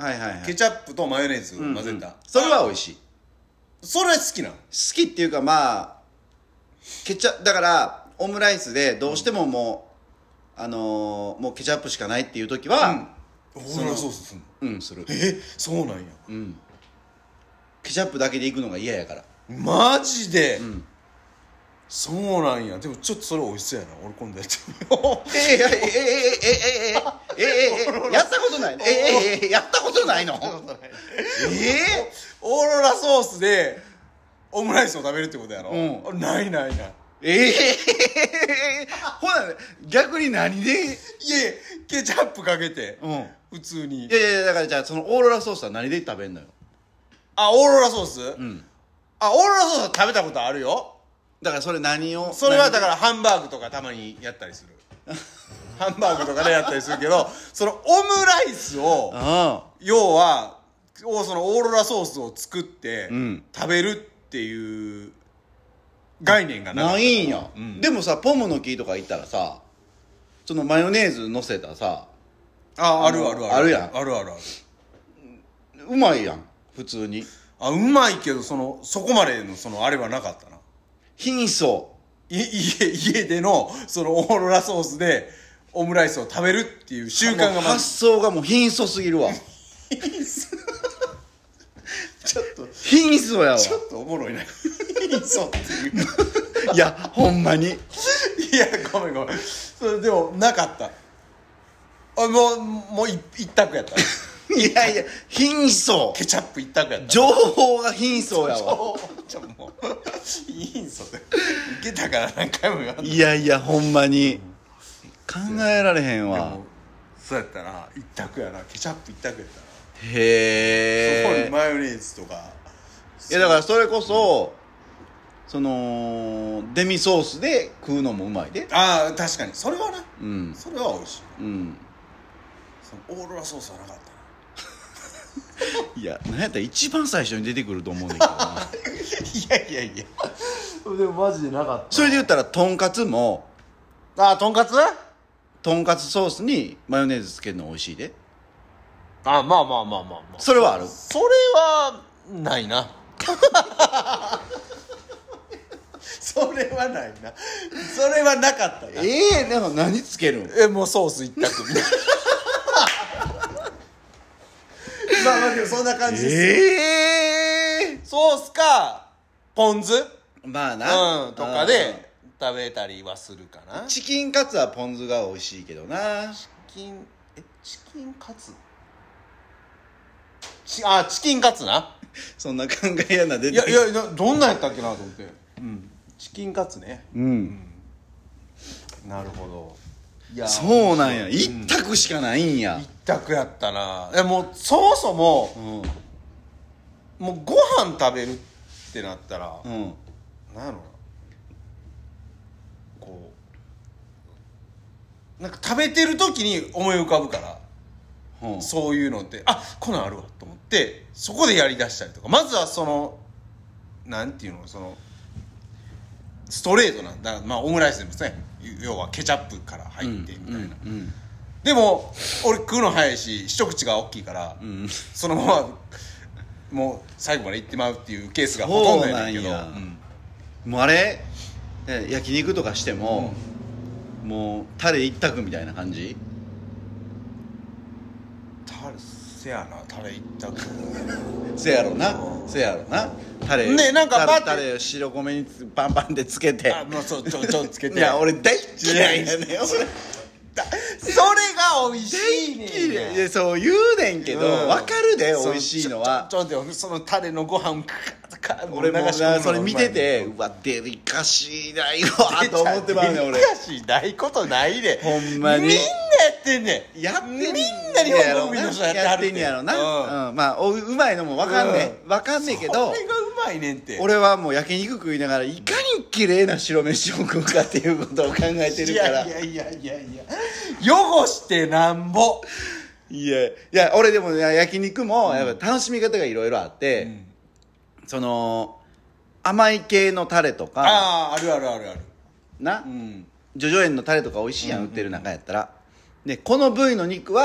はいはいはいケチャップとマヨネーズを混ぜた、うんうん、 それは美味しい。 それは好きなの？好きっていうかまあケチャだからオムライスでどうしてももう、うん、あのー、もうケチャップしかないっていう時は、うん、 オーロラソースすんの？ うんする。 えそうなんや。 うんケチャップだけでいくのが嫌やから。 マジで、うん、そうなんや。でもちょっとそれ美味しそうやな。俺今度やってみよう。 えええええええええええやったことないええええやったことないの？ええオーロラソースでオムライスを食べるってことやろ？うん、ないないない。 ええほな逆に何で？いやケチャップかけて、うん、普通に。 いやいやだからじゃあそのオーロラソースは何で食べんのよ？ あオーロラソース？うんあオーロラソースは食べたことあるよ。 だからそれ何を？ それはだからハンバーグとかたまにやったりするハンバーグとかでやったりするけどそのオムライスを要はそのオーロラソースを作って食べるっていう概念がないんや、うん、でもさポムの木とか行ったらさそのマヨネーズ乗せたさああるあるあるあるやんあるあるあるうまいやん普通に。 あうまいけどそのそこまでのそのあれはなかったな。 貧相い家家でのそのオーロラソースでオムライスを食べるっていう習慣がまず発想がもう貧相すぎるわ貧相ちょっと貧相やわ。 ちょっとおもろいな貧相っていういやほんまにいやごめんごめんそれでもなかったあもうもう一択やったいやいや貧相ケチャップ一択やった情報が貧相やわちょもう貧相でいけたから何回も言わんいやいやほんまに、うん、考えられへんわ。 でもそうやったな一択やなケチャップ一択やったな。 へえそこにマヨネーズとかいやだからそれこそ、うん、そのデミソースで食うのもうまいで。 ああ確かにそれはな、 うん、 それは美味しい、 うん、 そのオーロラソースはなかったいや何やったら一番最初に出てくると思うねんけどないやいやいやでもマジでなかった。 それで言ったらとんかつもああとんかつとんかつソースにマヨネーズつけるの美味しいで。 あまあまあまあまあまあそれはある。 それはないなそれはないなそれはなかったな。 ええー、でも何つけるん？ えもうソース一択みたいなまあまあでもそんな感じですよ。 ええー、 ソースかポン酢まあな、 うん、とかで食べたりはするかな。 チキンカツはポン酢が美味しいけどな。 チキンえチキンカツちあチキンカツなそんな考えやな出ていやいやどんなんやったっけなと思って、うん、チキンカツね、 うん、 うん、なるほど。 いやそうなんや、一択しかないんや。 一択やったな。えもうそもそも、うん、もうご飯食べるってなったら、うん、なんやろなこうなんか食べてる時に思い浮かぶから、うん、そういうのってあこんなんあるわと思ってそこでやりだしたりとか。まずはそのなんていうのそのストレートなんだ、まあ、オムライスでもね要はケチャップから入ってみたいな、うんうんうん、でも俺食うの早いし一口が大きいから、うん、そのままもう最後までいってまうっていうケースがほとんどやねんけど、 うん、もうあれ焼肉とかしても、うん、もうタレ一択みたいな感じ。 タレせやなタレ一択せやろなせやろなタレねなんかバッタレを白米にパンパンでつけてあもうそうちょちょつけていや俺大嫌いやねん俺それが美味しいねん。 いやそう言うねんけど、うん、分かるで美味しいのはちょっと待ってそのタレのご飯俺もそれ見ててうわデリカシーないわと思ってまうねん俺。 デリカシーないことないでほんまにみんなやってんねん。 やってんねん。 みんな日本国民の人やってはるってんねやろな、うんうん、まあおうまいのも分かんねん、うん、分かんねんけどそれがうまいねんって俺はもう焼肉食いながらいかに綺麗な白飯を食うかっていうことを考えてるからいやいやいやいやいや汚してなんぼいやいや俺でも焼肉もやっぱ楽しみ方がいろいろあって、うん、その甘い系のタレとかあああるあるあるあるな、うん、ジョジョ園のタレとか美味しいやん、うん、売ってる中やったらでこの部位の肉は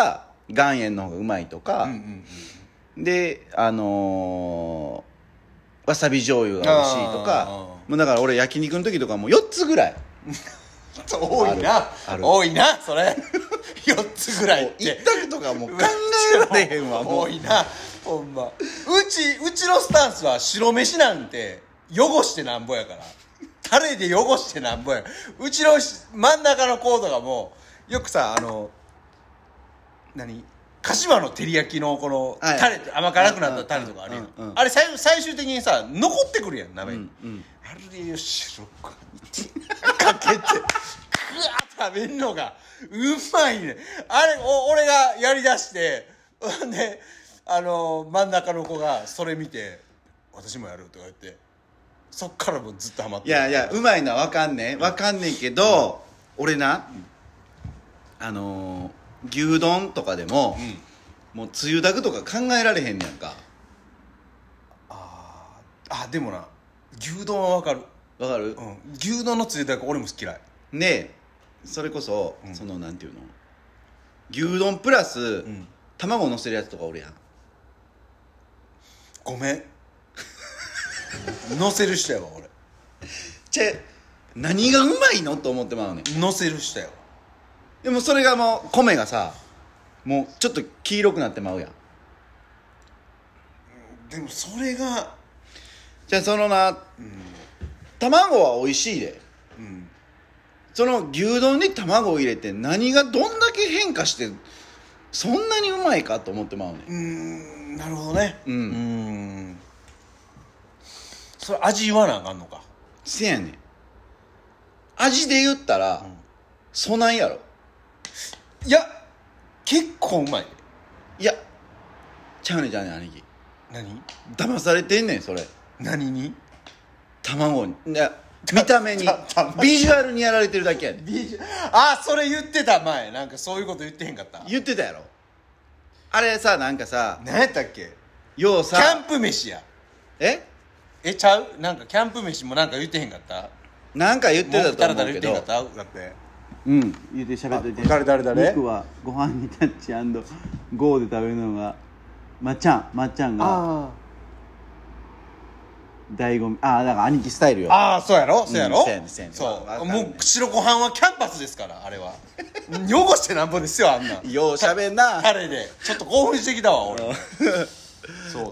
岩塩の方がうまいとか、 うんうんうん、 であのー、わさび醤油が美味しいとか、もうだから俺焼肉の時とかもうよっつぐらい多いな多いなそれよっつぐらいって一択とかもう考えられへんわもう多いなほんま。うちうちのスタンスは白飯なんて汚してなんぼやから、タレで汚してなんぼや。うちの真ん中の子とかもよくさ、あの何柏の照り焼きのこのタレって甘辛くなったタレとかあるやん、うんうんうん、あれ最最終的にさ残ってくるやん鍋に、うんうん、あれでよしろかかけてグワー食べんのがうまいね。あれお俺がやりだしてであの真ん中の子がそれ見て私もやるとか言ってそっからもうずっとハマってる。 いやいやうまいのは分かんねえ分かんねえけど、うん、俺な、うん、あのー牛丼とかでも、うん、もうつゆだくとか考えられへんねやんか。 ああでもな牛丼は分かる分かる、 うん、牛丼のつゆだく俺も嫌いね。それこそ、うん、そのなんていうの牛丼プラス、うん、卵乗せるやつとかおるやん。 ごめん乗せる人やわ俺。 ちぇ何がうまいのと思ってまうねん。 乗せる人やわ。 でもそれがもう米がさもうちょっと黄色くなってまうやん。 でもそれがじゃあそのな、うん、卵は美味しいで、うん、その牛丼に卵を入れて何がどんだけ変化してそんなにうまいかと思ってまうねん。 うーんなるほどね。うん、うーんそれ味言わなあかんのか。 せやねん。味で言ったら、うん、そないやろ。 いや結構うまい。 いやちゃうねんちゃうねん兄貴。 何騙されてんねんそれ。 何に？ 卵に。いや見た目にビジュアルにやられてるだけやねん。ビジュあそれ言ってた前なんかそういうこと言ってへんかった？ 言ってたやろ。あれさなんかさ何やったっけようさキャンプ飯や。 ええちゃうなんかキャンプ飯もなんか言ってへんかった？ なんか言ってたと思うけど。 言ってへんかっただってうん言って喋っといて。 誰誰誰？ 肉はご飯にタッチ&ゴーで食べるのがまっちゃんまっちゃんが醍醐味。ああだから兄貴スタイルよ。 ああそうやろそうやろ、うん、そうやねそうやねそうもう白ご飯はキャンパスですからあれは汚してなんぼですよあんなようしゃべんなタレでちょっと興奮してきたわ俺そう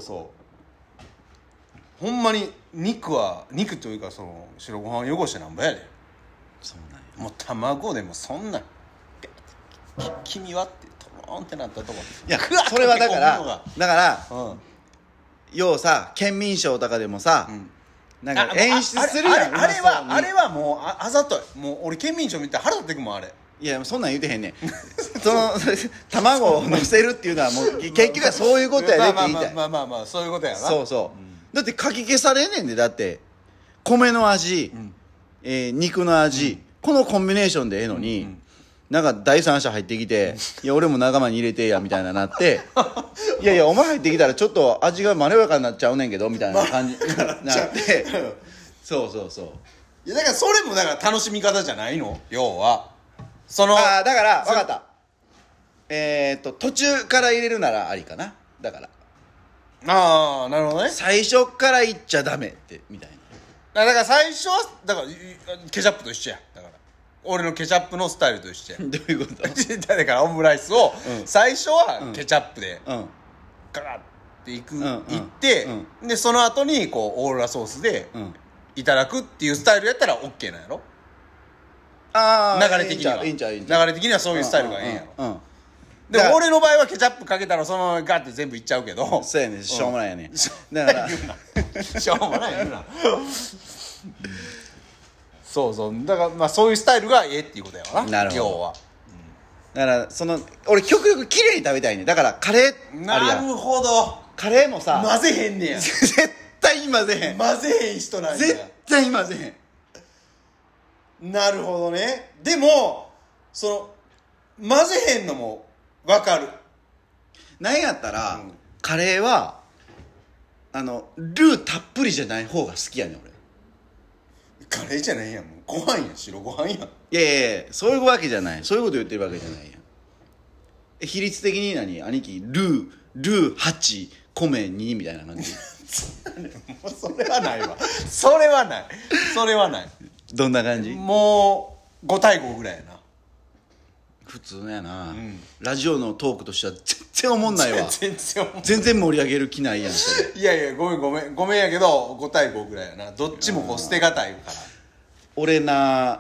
そうほんまに肉は肉というかその白ご飯汚してなんぼやで。 そうなんや。 もう卵でもそんな君はってトローンってなったとこいやそれはだからだから、うん、ようさ県民賞とかでもさ、うん、なんか演出するやん。 あれ、あれはあれはもう あ, あざとい。もう俺県民賞見て腹立ってくもんあれ。 いやそんなん言うてへんねんその卵を乗せるっていうのはもう結局はそういうことやでって言いたい。 まあまあまあまあまあそういうことやな。 そうそう、うん、だってかき消されんねんで。だって米の味、うんえー、肉の味、うん、このコンビネーションでええのに、うん、なんか第三者入ってきていや俺も仲間に入れてやみたいななっていやいやお前入ってきたらちょっと味がまろやかになっちゃうねんけどみたいな感じになってそうそうそう。 いやだからそれもだから楽しみ方じゃないの要はそのああだから分かった。えー、っと途中から入れるならありかな。だからああなるほどね。 最初からいっちゃダメってみたいな。 だから最初はだからケチャップと一緒や。だから俺のケチャップのスタイルと一緒やどういうことだからオムライスを最初はケチャップでガーッていく、うん、いって、うん、でその後にこうオーロラソースでいただくっていうスタイルやったら OK なんやろ。 あ流れ的には流れ的にはそういうスタイルがええんやろ、うんうんうん、でも俺の場合はケチャップかけたらそのままガッて全部いっちゃうけどそうやねんしょうもないやねん、うん、だからしょうもない言うなそうそうだからまあそういうスタイルがええっていうことやわな。 なるほど要は、 うん、だからその俺極力綺麗に食べたいねん。だからカレーあるやん。 なるほど。 カレーもさ混ぜへんねや絶対に混ぜへん。 混ぜへん人なんや。 絶対に混ぜへん。 なるほどね。でもその混ぜへんのも分かる。 なんやったら、うん、カレーはあのルーたっぷりじゃない方が好きやねん俺。 カレーじゃないやんもうご飯やん白ご飯やん。いやいやいやそういうわけじゃない。そういうこと言ってるわけじゃないやん。 比率的に何兄貴ルールーはち米にみたいな感じもうそれはないわそれはないそれはないどんな感じもうご対ごぐらいやな普通やな、 うん、 ラジオのトークとしては全然おもんないわ全然おもんない全然盛り上げる気ないやんそれいやいやごめんごめんごめんやけどご対ごぐらいやなどっちもこう捨てがたいから俺な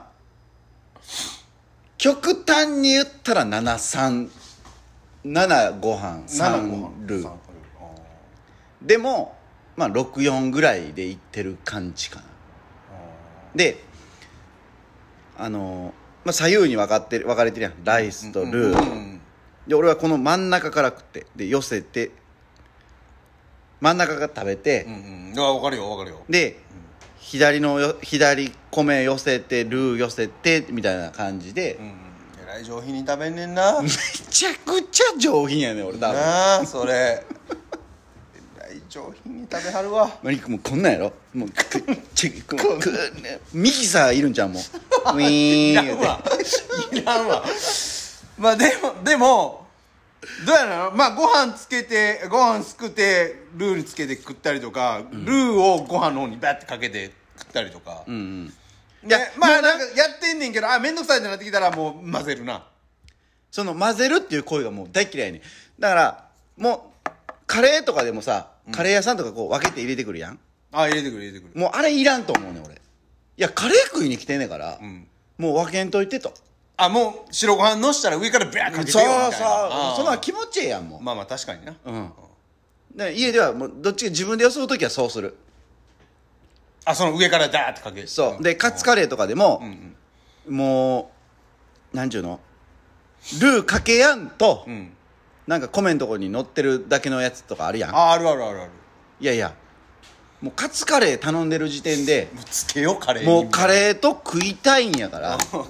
極端に言ったらななさんななご飯さんルーでもまあろくよんぐらいでいってる感じかなであのまあ左右に分かってる分かれてるやんライスとルー、うんうんうん、で俺はこの真ん中から食ってで寄せて真ん中から食べて、 うんうん、あ分かるよ分かるよで、うん、左のよ左米寄せてルー寄せてみたいな感じで、うんうん、 えらい上品に食べんねんなめちゃくちゃ上品やねん俺多分なあそれえらい上品に食べはるわマリックもうこんなんやろもうちくくくミキサーいるんちゃうもうウィーンいらんわいらんわまあでもでもどうやらまあご飯つけてご飯すくってルーにつけて食ったりとか、うん、ルーをご飯の方にバッてかけて食ったりとか、うんうん、いやまあなんかやってんねんけどあ面倒くさいってなってきたらもう混ぜるなその混ぜるっていう行為がもう大嫌いねんだからもうカレーとかでもさ、うん、カレー屋さんとかこう分けて入れてくるやんあ入れてくる入れてくるもうあれいらんと思うねん俺いやカレー食いに来てんねんから、うん、もう分けんといてとあもう白ご飯のしたら上からビャーかけてよみたいなそうそうそんな気持ちええやんもうまあまあ確かになうん、 うん、家ではもうどっちか自分でよそうときはそうするあその上からダーってかけるそうでカツカレーとかでも、うんうん、もうなんちゅうのルーかけやんと、うん、なんか米のとこに乗ってるだけのやつとかあるやんああるあるあるあるいやいやもうカツカレー頼んでる時点でもうつけよカレーもうカレーと食いたいんやからそう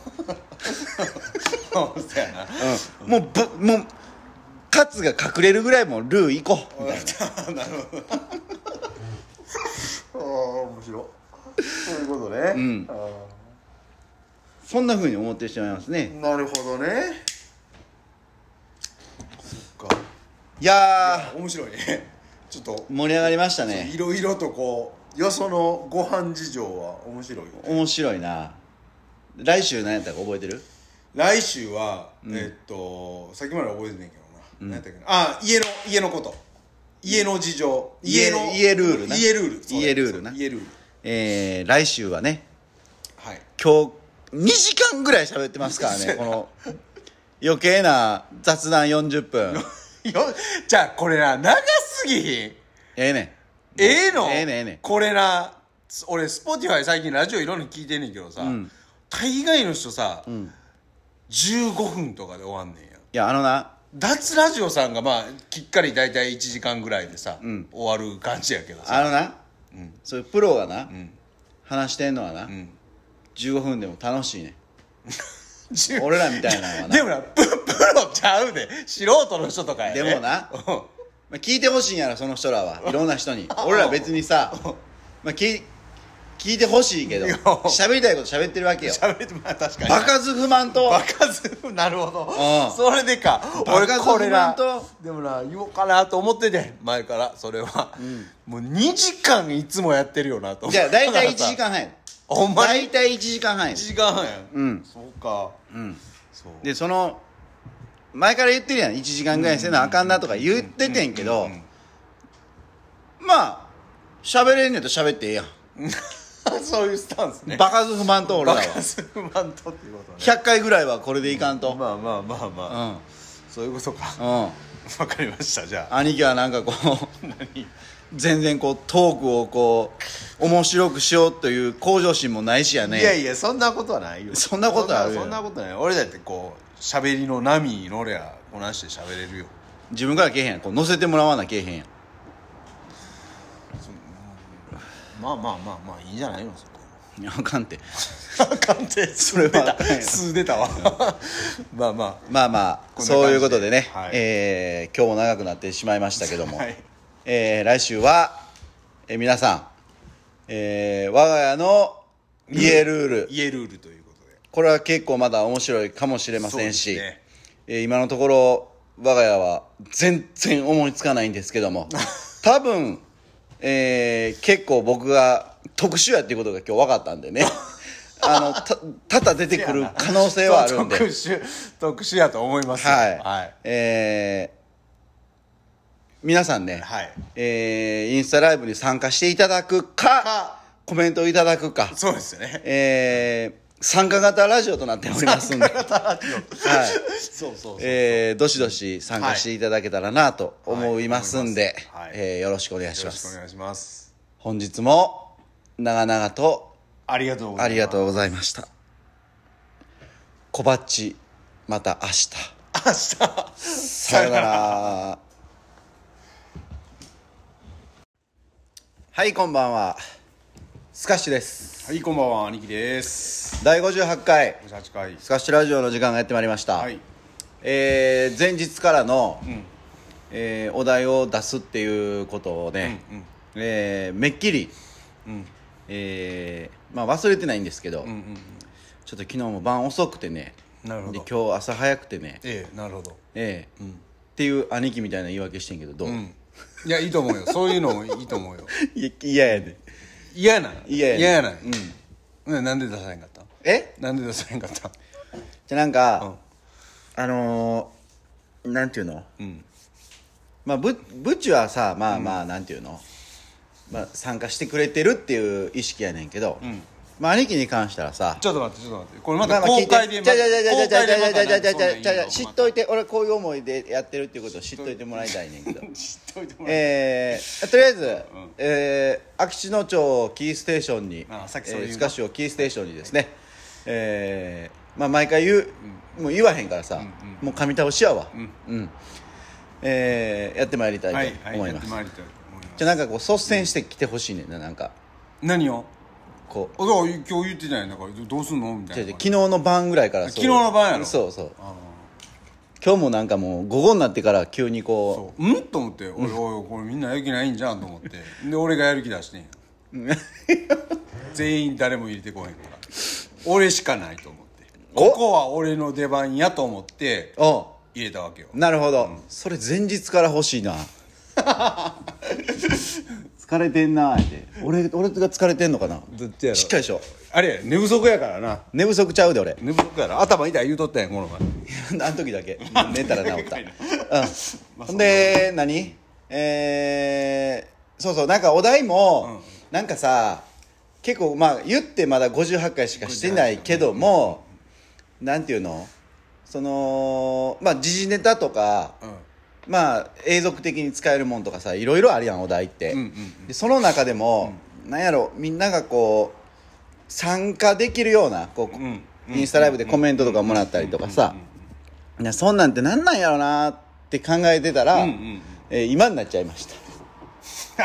やな、 うん、もうぶもうカツが隠れるぐらいもうルー行こうみたいななるほどああ面白いそういうことね、うん、あそんな風に思ってしまいますねなるほどねそっかいやーいや面白いねちょっと盛り上がりましたねいろいろとこうよそのご飯事情は面白いよね面白いな来週何やったか覚えてる来週は、うん、えー、っとさっきまで覚えてんねんけどな、うん、何やったっけなあ家の家のこと家の事情家の家ルールな家ルール家ルールな家ルールえー、来週はね、 はい、 今日にじかんぐらい喋ってますからねこの余計な雑談よんじゅっぷんじゃあこれな長すぎひんええねんええのええねんええねんこれな俺スポティファイ最近ラジオいろいろ聞いてんねんけどさ、うん、大概の人さ、うん、じゅうごふんとかで終わんねんやいやあのな脱ラジオさんがまあきっかり大体いちじかんぐらいでさ、うん、終わる感じやけどさあのな、うん、そういうプロがな、うん、話してんのはな、うん、じゅうごふんでも楽しいねん俺らみたいなのはなでもな プ, プロちゃうで素人の人とかやねでもなまあ聞いてほしいんやろその人らはいろんな人に俺ら別にさ、まあ、聞, 聞いてほしいけど喋りたいこと喋ってるわけよ喋ってまあ確かに場数不満と場数不なるほど、うん、それでか場数不満とでもな言おうかなと思ってて前からそれは、うん、もうにじかんいつもやってるよなと思ってじゃあ大体いちじかんはんやほんまに大体いちじかんはんやいちじかんはんやうんそうかうんそうでその前から言ってるやんいちじかんぐらいせなあかんなとか言っててんけどまあ喋れんねんと喋ってええやんそういうスタンスね場数不満と俺らは場数不満とっていうことねひゃっかいぐらいはこれでいかんと、 うん、まあまあまあまあ、うん、そういうことかうん分かりましたじゃあ兄貴はなんかこう何全然こうトークをこう面白くしようという向上心もないしやねいやいやそんなことはないよそんなことあるよそんなことない俺だってこう喋りの波に乗りゃこなして喋れるよ自分からけえへんやんこう乗せてもらわなけえへんやんまあまあまあまあいいんじゃないのそこいやあかんてあかんてそれは数出たわまあまあまあまあそういうことでね、はいえー、今日も長くなってしまいましたけども、はいえー、来週は、えー、皆さん、えー、我が家の家ルール家ルールということでこれは結構まだ面白いかもしれませんし、ねえー、今のところ我が家は全然思いつかないんですけども多分、えー、結構僕が特殊やっていうことが今日分かったんでねあのた多々出てくる可能性はあるんで特殊特殊やと思いますよ。 はい、 はい、 えー皆さんね、 はい、 えー、インスタライブに参加していただくか、かコメントをいただくか、 そうですよね、 えー、参加型ラジオとなっておりますんで、 参加型ラジオ、はい、そうそうそう、 えー、どしどし参加していただけたらなと思いますんで、はいはい、えー、よろしくお願いします。 よろしくお願いします。 本日も長々とありがとうございます。 ありがとうございました。小バッチ、また明日。 明日。 さよなら。はい、こんばんは。スカッシュです。 はい、こんばんは。兄貴です。 だいごじゅうはちかい。 ごじゅうはちかい。 スカッシュラジオの時間がやってまいりました。 はい。 えー、前日からの、 うん、 えー、お題を出すっていうことをね、うんうん、えー、めっきり、うん、えー、まあ忘れてないんですけど、うんうんうん、ちょっと昨日も晩遅くてね、 なるほど。 で今日朝早くてね、 ええ、なるほど。 ええ、うん、っていう兄貴みたいな言い訳してんけどどう？うん、 いや、いいと思うよ。そういうのもいいと思うよ。 いや、嫌やで。 嫌なん？ 嫌や。 嫌やなん。うん。なんで出さへんかった？ え？ なんで出さへんかった？ じゃなんか、うん、あのー、なんていうの？うん。まあぶぶっちはさ、まあまあ、うん、なんていうの？まあ参加してくれてるっていう意識やねんけど、うん、まあ兄貴に関したらさ、 ちょっと待ってちょっと待って、これまた公開で、 じゃじゃじゃじゃじゃじゃじゃじゃじゃじゃじゃじゃ知っといて、俺こういう思いでやってるっていうことを知っといてもらいたいねんけど、知っといてもらいたい。えー、とりあえず、うん、えー、空き地の町をキーステーションに、ああさっきそういう、えー、スカッシュをキーステーションにですね、えー、まあ毎回言う、うん、もう言わへんからさ、うんうん、もう噛み倒しやわ、うん、うん、えー、やってまいりたいと思います。はいはい、じゃあなんかこう率先して来てほしいねんな、なんか。 何を？ こう。 だから今日言ってないんだからどうすんのみたいな。 昨日の晩ぐらいから。 昨日の晩やろ。 そうそう。今日もなんかもう午後になってから急にこう。うんと思って、俺おいこれみんなやる気ないんじゃんと思って、で俺がやる気出してんや。全員誰も入れてこへんから。俺しかないと思って。ここは俺の出番やと思って入れたわけよ。 なるほど。うん、それ前日から欲しいな。疲れてんなーって。俺俺が疲れてんのかな。 どっちやろ。 しっかりしょ。 あれや寝不足やからな。 寝不足ちゃうで俺。 寝不足やろ。頭痛い言うとったやんこの前。あの時だけ寝たら治った。うん。で何？えー、そうそうなんかお題も、うん、なんかさ結構まあ言ってまだごじゅうはちかいしかしてないけども、うん、なんていうのそのまあ時事ネタとか。うんまあ永続的に使えるもんとかさいろいろあるやんお題って、うんうんうん、でその中でも、うん、なんやろみんながこう参加できるようなこう、うんうん、インスタライブでコメントとかもらったりとかさ、うん、いやそんなんってなんなんやろなって考えてたら、うんうんえー、今になっちゃいました。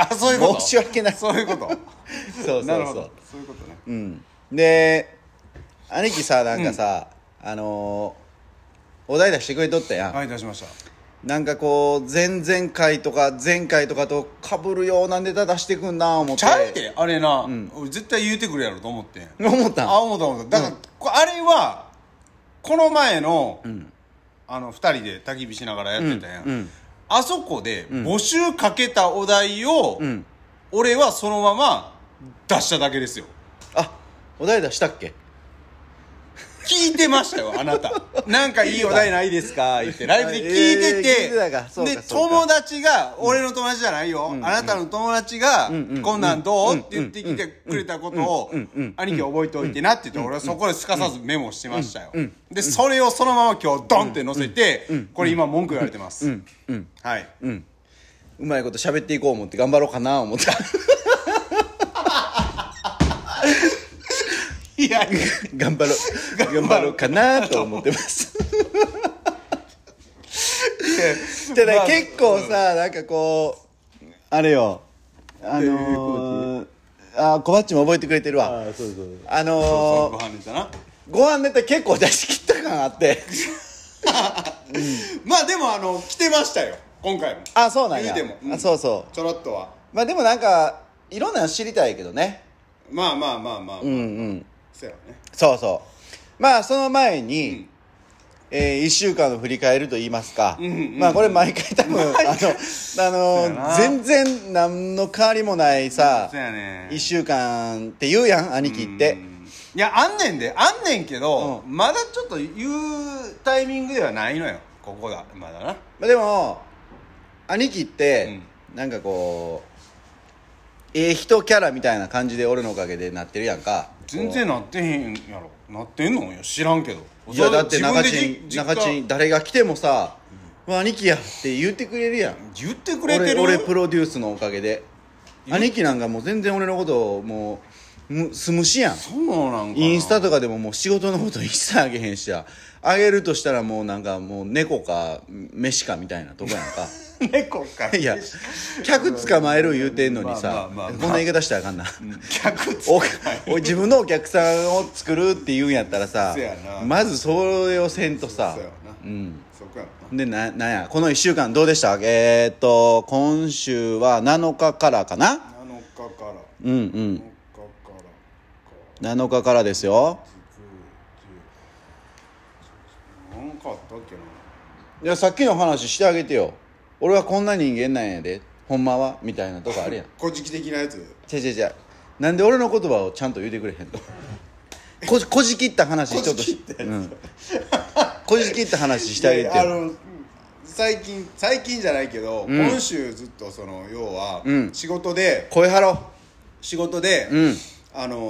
あそういうこと申し訳ないそういうことそうそうそうなるほどそういうことね、 うん、で兄貴さなんかさ、うん、あのー、お題出してくれとったやん。 はい出しました。 なんかこう前々回とか前回とかと被るようなネタ出してくんな思ってちゃうてあれな、うん、俺絶対言うてくるやろと思ってん思ったんあ思った思っただから、うん、あれはこの前の、うん、あのふたりで焚き火しながらやってたやん、うんうん、あそこで募集かけたお題を、うん、俺はそのまま出しただけですよ。 あお題出したっけ聞いてましたよあなたなんかいいお題ないですか言ってライブで聞いてて、えー、で友達が、うん、俺の友達じゃないよ、うん、あなたの友達が、うん、こんなんどう、うん、って言ってきてくれたことを、うん、兄貴覚えておいてなって言って、俺はそこですかさずメモしてましたよ、でそれをそのまま今日ドンって載せて、これ今文句言われてます、はい、 うまいこと喋っていこう思って頑張ろうかな思ったいや頑張ろう頑張ろうかなと思ってますただ結構さなんかこうあれよあのー、あ小バッチも覚えてくれてるわ。あそうそうあのー、そうそうご飯ネタなご飯ネタ結構出し切った感あって、 うん、まあでもあの来てましたよ今回も。 あそうなんや言うても、うん、 あそうそうちょろっとはまあでもなんかいろんなの知りたいけどね。 まあまあまあまあ、まあ、 うんうんそうやね。 そうそうまあその前に、うん、 えー、いっしゅうかんの振り返ると言いますか、 うんうんうん、 まあこれ毎回多分あの、あの全然何の変わりもないさ、 ね、 いっしゅうかんって言うやん兄貴って。 いやあんねんであんねんけど、うん、まだちょっと言うタイミングではないのよここがまだな。まあ、でも兄貴って、うん、なんかこうええ人キャラみたいな感じで俺のおかげでなってるやんか。 全然なってへんやろ。なってんの？いや知らんけど。 いやだって中地中地誰が来てもさ「うん、兄貴や」って言ってくれるやん。 言ってくれてる。 俺、俺プロデュースのおかげで兄貴なんかもう全然俺のことをもうすむしやん。 そうなんかな。 インスタとかでももう仕事のこと一切あげへんしや、あげるとしたらもうなんかもう猫か飯かみたいなとこやんか猫かいや客捕まえる言うてんのにさ、まあまあまあ、こんな言い方したらあかんな、うん、 客捕まえる自分のお客さんを作るって言うんやったらさまずそれをせんとさ、うん、でななんやこのいっしゅうかんどうでした。えー、っと今週はなのかからかな。 なのかからうんうんなのかからですよ。 なんかあったっけな。 いやさっきの話してあげてよ。俺はこんな人間なんやでほんまはみたいなとこあるやん古事記的なやつ。 違う違う違うなんで俺の言葉をちゃんと言うてくれへんとここじきった話ちょっとこじきった話してあげてよ。 あの最近最近じゃないけど、うん、今週ずっとその要は、うん、仕事で声張ろう仕事で、うん、あのー、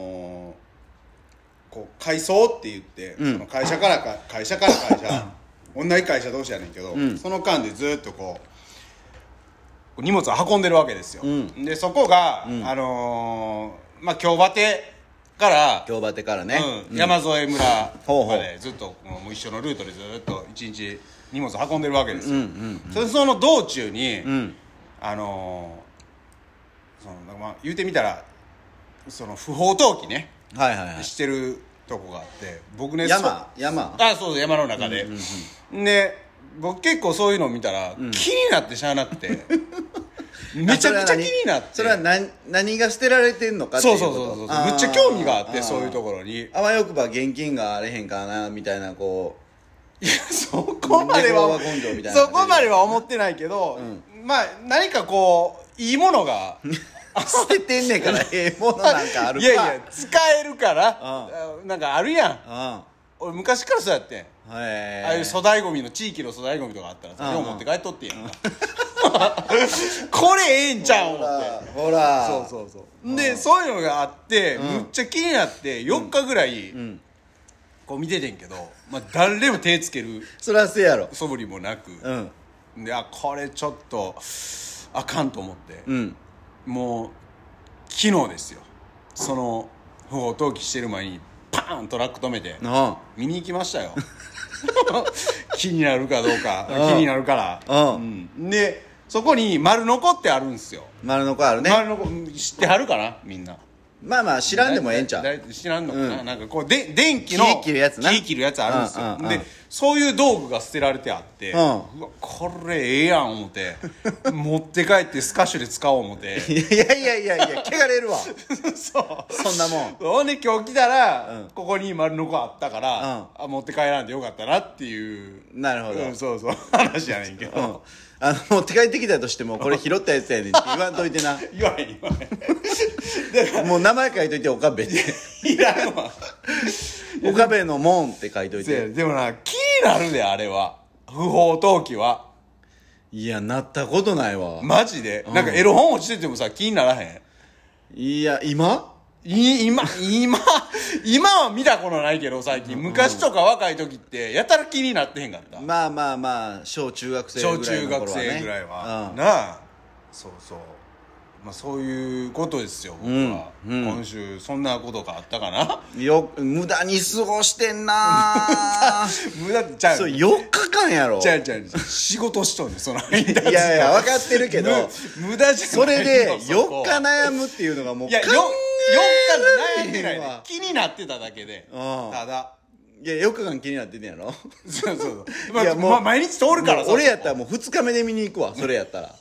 こう改装って言って、うん、その会社からか会社から会社同じ会社同士やねんけど、うん、その間でずっとこう荷物を運んでるわけですよ、うん、でそこが、うん、あのー、まあ京バテから京バテからね、 うん、山添村までずっともう一緒のルートでずっと一日荷物運んでるわけですよ、うんうんうん、それその道中に、うん、あのー、そのまあ言うてみたらその不法投棄ね、 はいはいはい、 してるとこがあって僕ね山山あそう山の中で、うんうんうん、で僕結構そういうのを見たら、うん、気になってしゃあなくてめちゃくちゃ気になってそれは 何, 何が捨てられてんのかっていうこと。 そうそうそうそうむっちゃ興味があってそういうところにあわよくば現金があれへんかなみたいなこういやそこまではそこまでは思ってないけど、うん、まあ何かこういいものが捨ててんねんからええものなんかあるかいやいや使えるからなんかあるやん俺昔からそうやってんああいう粗大ゴミの地域の粗大ゴミとかあったらさよう持って帰っとってんやんこれええんちゃう思ってほらそうそうそうでそういうのがあってむっちゃ気になってよっかぐらいこう見ててんけどまあ誰も手つけるそりゃせやろ素振りもなくであこれちょっとあかんと思ってうんもう昨日ですよその不法投棄してる前にパーントラック止めて見に行きましたよ気になるかどうか気になるから、うん、でそこに丸のこってあるんですよ。 丸のこあるね。 丸のこ知ってはるかなみんな。 まあまあ知らんでもええんちゃう。 知らんのかな、うん、なんかこうで電気の木切るやつな木切るやつあるんですよ、うんうんうん、でそういう道具が捨てられてあって、うん、うわこれええやん思って持って帰ってスカッシュで使おう思っていやいやいやいや汚れるわそうそんなもんほんで今日来たら、うん、ここに丸のこあったから、うん、あ持って帰らんでよかったなっていうなるほど、 うん、そうそう話やねんけど、うんあの持って帰ってきたとしてもこれ拾ったやつやねんって言わんといてな言わへん言わへんもう名前書いといて岡部っていらんわ岡部の門って書いといてでもな気になるであれは不法投棄はいやなったことないわマジで、うん、なんかエロ本落ちててもさ気にならへんいや今い今今今は見たことないけど最近、うん、昔とか若い時ってやたら気になってへんかった。 まあまあまあ小中学生ぐらいの頃は、ね、 小中学生ぐらいは、うん、なあそうそうまあそういうことですよ僕は、うんうん、今週そんなことがあったかなよ無駄に過ごしてんな無駄ってちゃうそうよっかかんやろちゃうちゃう仕事しとんねその間いやいや分かってるけど無駄じゃないそれでよっか悩むっていうのがもういやよよっか悩んでないね気になってただけでただいやよっかかん気になってんねやろそうそうそう、まあ、いやもう、まあ、毎日通るからさ俺やったらもうふつかめで見に行くわそれやったら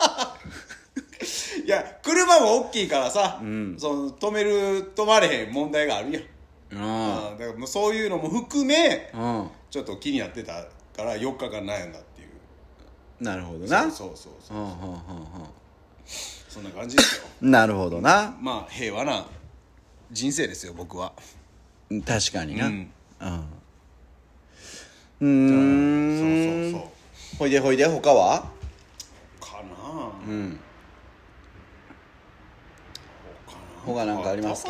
いや車も大きいからさ、うん、その止める止まれへん問題があるやんうんあだからもうそういうのも含め、 うん、 ちょっと気になってたからよっかかん悩んだっていう。 なるほどな。 そうそうそうそう、 うんうんうんうん、 そんな感じですよ。 なるほどな。 まあ平和な人生ですよ僕は。 確かにな。うん、 うん、 そうそうそう。ほいでほいで他はかな。 うん。他なんかありますか。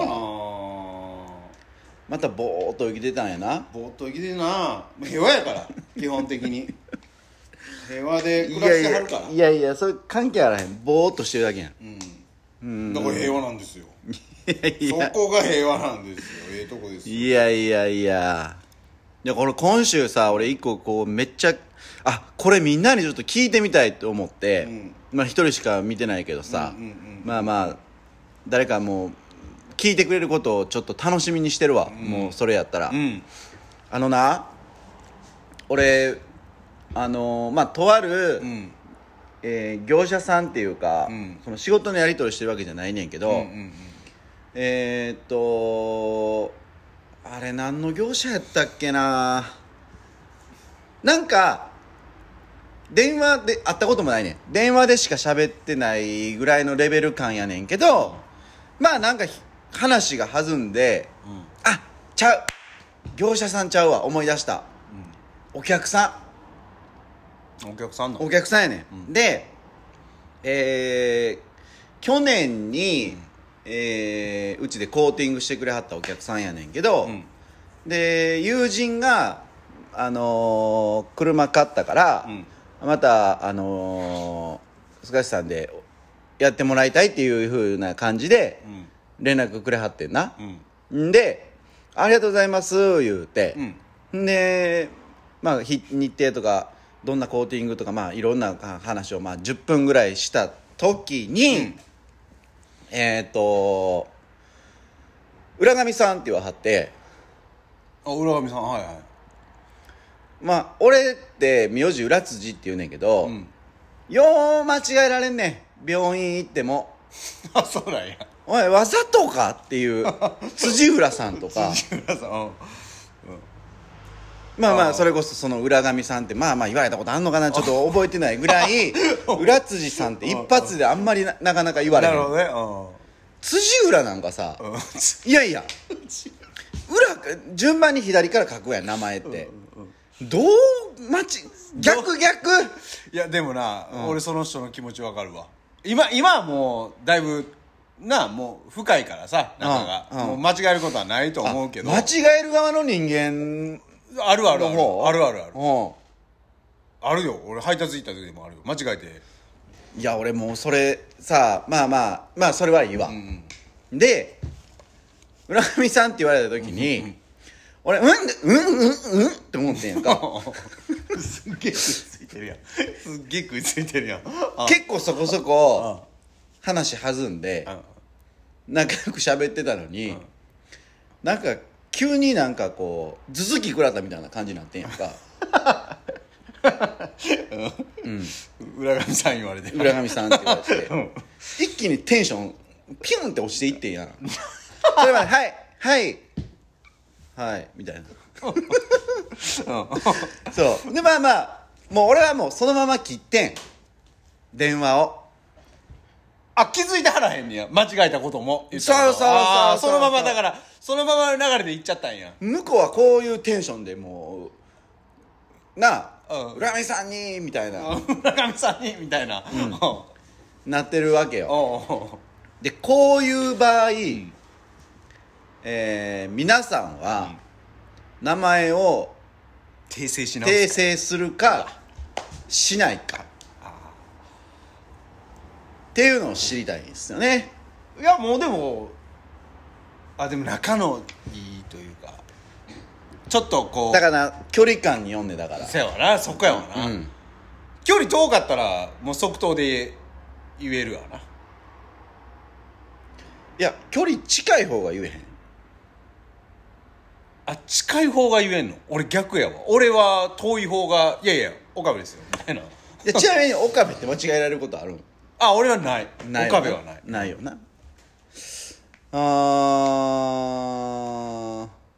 またボーっと生きてたんやな。 ボーっと生きてるな。平和やから基本的に平和で暮らしてはるから。 いやいや、いやいやそれ関係あらへん。ボーっとしてるだけやん。 うん、うん、だから平和なんですよ。 いやいや、 そこが平和なんですよ。ええとこですよ。 いやいやいや、いやこれ今週さ、俺一個こうめっちゃ、あ、これみんなにちょっと聞いてみたいと思って、うん、まあ一人しか見てないけどさ、うんうんうん、まあまあ誰かもう聞いてくれることをちょっと楽しみにしてるわ、うん、もうそれやったら、うん、あのな、俺あのー、まあとある、うん、えー、業者さんっていうか、うん、その仕事のやり取りしてるわけじゃないねんけど、うんうんうん、えー、っとあれ何の業者やったっけな、なんか電話で会ったこともないねん、電話でしか喋ってないぐらいのレベル感やねんけど、まあなんか話が弾んで、うん、あ、ちゃう、業者さんちゃうわ、思い出した、うん、お客さんお客さんのお客さんやねん、うん、で、えー、去年に、うん、えー、うちでコーティングしてくれはったお客さんやねんけど、うん、で友人が、あのー、車買ったから、うん、また、あのー、菅氏さんでやってもらいたいっていう風な感じで連絡くれはってんな、うん、でありがとうございます言うて、うん、で、まあ、日程とかどんなコーティングとか、まあ、いろんな話を、まあ、じゅっぷんぐらいした時に、うん、えっ、ー、と浦上さんって言わはって、 あ、浦上さん、はいはい、 まあ俺って名字浦辻って言うねんけど、うん、よう間違えられんねん、病院行ってもあ、そうなんや、 おいわざとかっていう辻浦さんとか辻浦さん、うん、 まあまあそれこそその浦上さんってまあまあ言われたことあんのかな、ちょっと覚えてないぐらい浦辻さんって一発であんまり な, なかなか言われへん。 なるほどね、うん、 辻浦なんかさ、うん、いやいや浦順番に左から書くやん名前って、うんうんうん、どう待ち逆逆いやでもな、うん、俺その人の気持ちわかるわ。今今はもうだいぶな、もう深いからさ、中が、うんうん、もう間違えることはないと思うけど、 間違える側の人間あるあるあるあるあるある、うん、あるよ。俺配達行った時でもあるよ、間違えて。 いや俺もうそれさ、まあまあまあそれはいいわ、うんうん、で村上さんって言われた時に、うんうん、俺うんうんうんうんって思ってんやんかすっげえ食いついてるやんすっげえ食いついてるやん結構そこそこ話弾んで仲良く喋ってたのに、なんか急になんかこう頭突き食らったみたいな感じになってんやんかうん、浦上さん言われて浦上さんって言われて、うん、一気にテンションピュンって落ちていってんやんそれまではいはいはいみたいなそうでまあまあもう俺はもうそのまま切ってん電話を。 あ、気づいてはらへんねや、間違えたことも言ったこと。 そうそうそうそうあ、そのままだからそのままの流れで行っちゃったんや。 向こうはこういうテンションでもうなあ、うん、浦上さんにみたいな浦上さんにみたいな、 うん、なってるわけよ。おうおうでこういう場合、うん、えー、皆さんは名前を訂正し直すか、 訂正するかしないかっていうのを知りたいんですよね。 いやもうでもあでも仲のいいというかちょっとこうだから距離感に読んでだからそうやわな、そこやわな、うん、距離遠かったらもう即答で言えるわな。 いや距離近い方が言えへん。 あ、近い方が言えんの？俺逆やわ。俺は遠い方がいやいや岡部ですよみたいな。いやちなみに岡部って間違えられることあるん？ あ、俺はない。 ない岡部はない。 ないよな。あ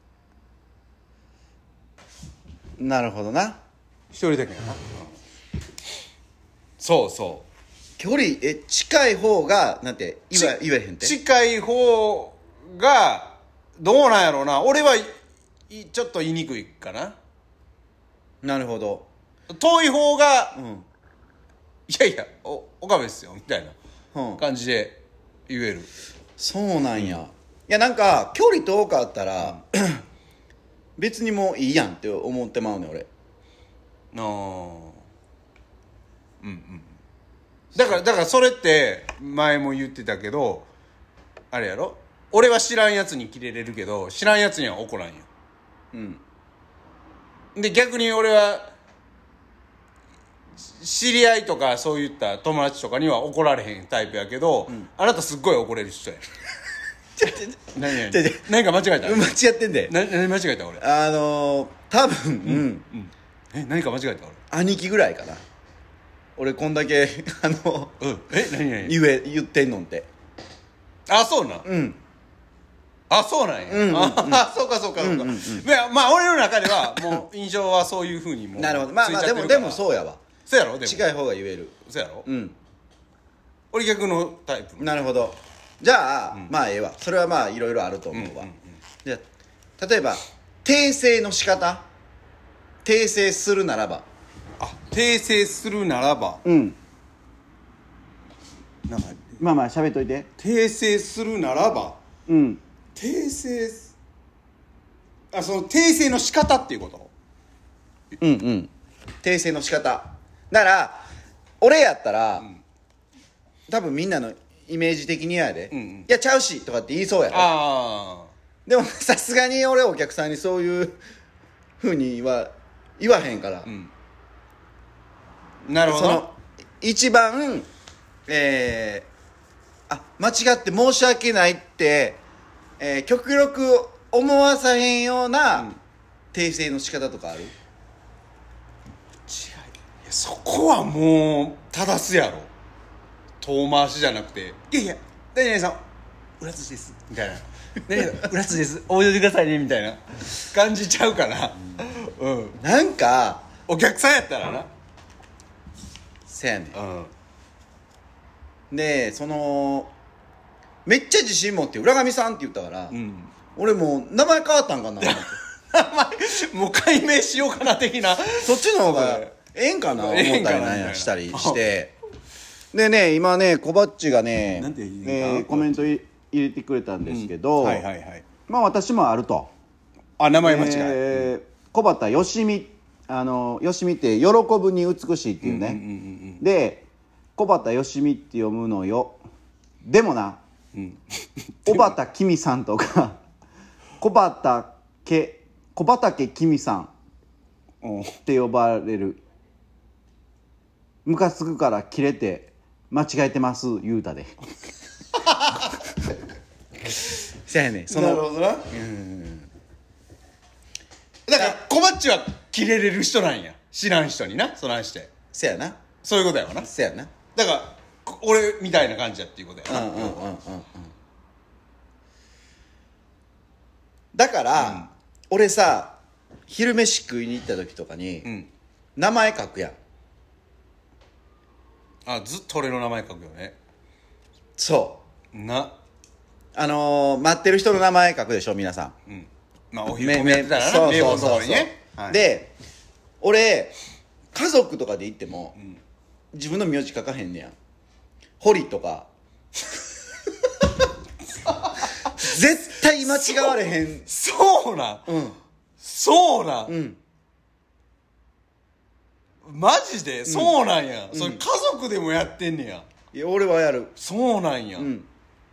なるほどな。 一人だけやな、うん、そうそう距離え近い方がなんて言わ言えへんって近い方がどうなんやろうな。俺はいちょっと言いにくいかな。 なるほど。 遠い方が、 うん、 いやいやお岡部ですよみたいな感じで言える、うん、 そうなんや、うん、いやなんか距離遠かったら、うん、別にもういいやんって思ってまうね俺。 ああうんうんだからだからそれって前も言ってたけどあれやろ、俺は知らんやつにキレれるけど知らんやつには怒らんよ。うんで逆に俺は知り合いとかそういった友達とかには怒られへんタイプやけど、うん、あなたすっごい怒れる人や。何何何か間違えた。 間違ってんで。 何何間違えた俺。 あのー、多分、うんうん、 え何か間違えた俺。 兄貴ぐらいかな。俺こんだけあの、 うん、え何何言え言ってんのって。 あそうなん。うん。あそうなんや、うんうんうん、あそうかそうかそうか、うんうんうん、いやまあ俺の中ではもう印象はそういうふうにもうなるほど。まあまあでもでもそうやわ。 そうやろでも近い方が言える。 そうやろうん俺逆のタイプ。 なるほど。じゃあ、うん、まあええわ。それはまあいろいろあると思うわ、うんうんうん、じゃあ例えば訂正の仕方訂正するならばあ訂正するならばうんなんかまあまあ喋っといて。 訂正するならばうん訂正あその訂正の仕方っていうこと。 うんうん訂正の仕方だから俺やったら、うん、多分みんなのイメージ的にやで、うんうん、いやちゃうしとかって言いそうやろ。あでもさすがに俺お客さんにそういうふうには言わへんから、うん、 なるほど。その一番えー、あ間違って申し訳ないって、えー、極力思わさへんような、うん、訂正の仕方とかある？ 違いやそこはもう正すやろ。遠回しじゃなくていやいや何々さん裏筋ですみたいな何々裏筋です覚えてくださいねみたいな感じちゃうから、うん、うん、 なんかお客さんやったらなせやねん、うん、でそのめっちゃ自信持って浦上さんって言ったから、うん、俺もう名前変わったんかな名前もう解明しようかな的なそっちの方がええんかな思ったりなんやしたりしてでね今ねコバッチがねなんて言うか、えー、コメント入れてくれたんですけど、うん、はいはいはいまあ私もあると。 あ名前間違い、 えー、小畑よしみあのよしみって喜ぶに美しいっていうね、うんうんうんうん、で小畑よしみって読むのよ。でもな、うん、小畑きみさんとか小畑小畑きみさんって呼ばれる。ムカつくから切れて間違えてます言うたでせやねんそのなるほどな。うんだからコバッチは切れれる人なんや知らん人になそないしてせやなそういうことやわな。 せやなだから俺みたいな感じやっていうことやな。うんうんうんうん、うん、 だから、うん、俺さ昼飯食いに行った時とかに、うん、名前書くやん。 あずっと俺の名前書くよね。 そうなあのー、待ってる人の名前書くでしょ皆さん、うん、まあお昼込みやってたらなそうそうそうそう、ねはい、で俺家族とかで行っても、うん、自分の名字書かへんねやん。堀とか絶対間違われへん。 そうなん、うん、そうなん、うん、マジで、うん、そうなんや、うん、それ家族でもやってんねや。 いや俺はやる。 そうなんや、うん、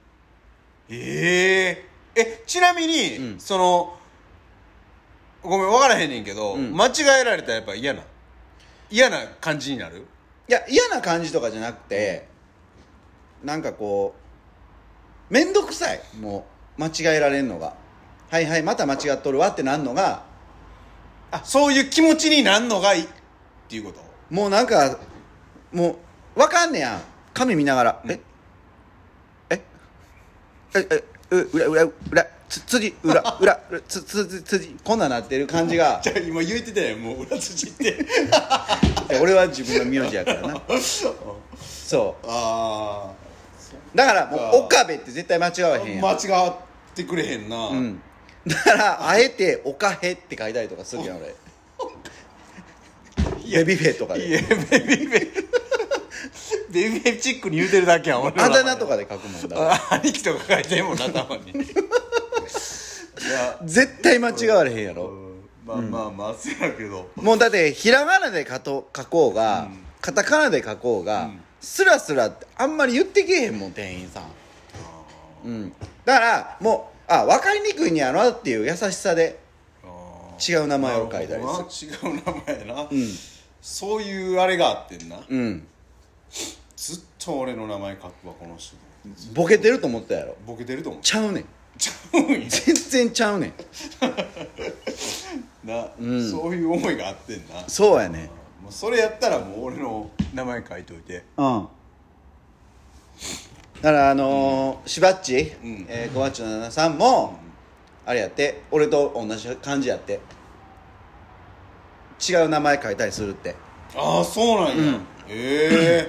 えー、えちなみに、うん、そのごめん分からへんねんけど、うん、間違えられたらやっぱ嫌な嫌な感じになる？ いや嫌な感じとかじゃなくてなんかこうめんどくさい。もう間違えられんのがはいはいまた間違っとるわってなんのがあそういう気持ちになんのがいいっていうこと。 もうなんかもう分かんねやん紙見ながら、うん、ええええう裏裏裏つ辻裏裏つつ辻こんなんなってる感じがじゃあ今言えてたやんもう裏辻って俺は自分の名字やからなそうああだからもう岡部って絶対間違わへんやん間違ってくれへんな、 うん、だからあえて「おかへ」って書いたりとかするやん俺ベビフェとかでいやベビフェベビフェチックに言うてるだけやん俺あだ名とかで書くもんだから兄貴とか書いてんもんなたまにいや絶対間違われへんやろ、 うん、まあまあまあそうやけどもうだってひらがなで書と書こうが、うん、カタカナで書こうが、うん、スラスラってあんまり言ってけへんもん店員さん、うん、だからもうあ分かりにくいんやろっていう優しさで違う名前を書いたりする違う名前やな、 うん、 そういうあれがあってんな、 うん、 ずっと俺の名前書くわこの人ボケてると思ったやろボケてると思うちゃうねんちゃうんや全然ちゃうねんな、うん、そういう思いがあってんなそうやねもうそれやったらもう俺の名前書いといてうんだからあのーうん、しばっち、うんえー、小鉢の旦那さんも、うん、あれやって俺と同じ感じやって違う名前書いたりするってああそうなんや、うん、ええ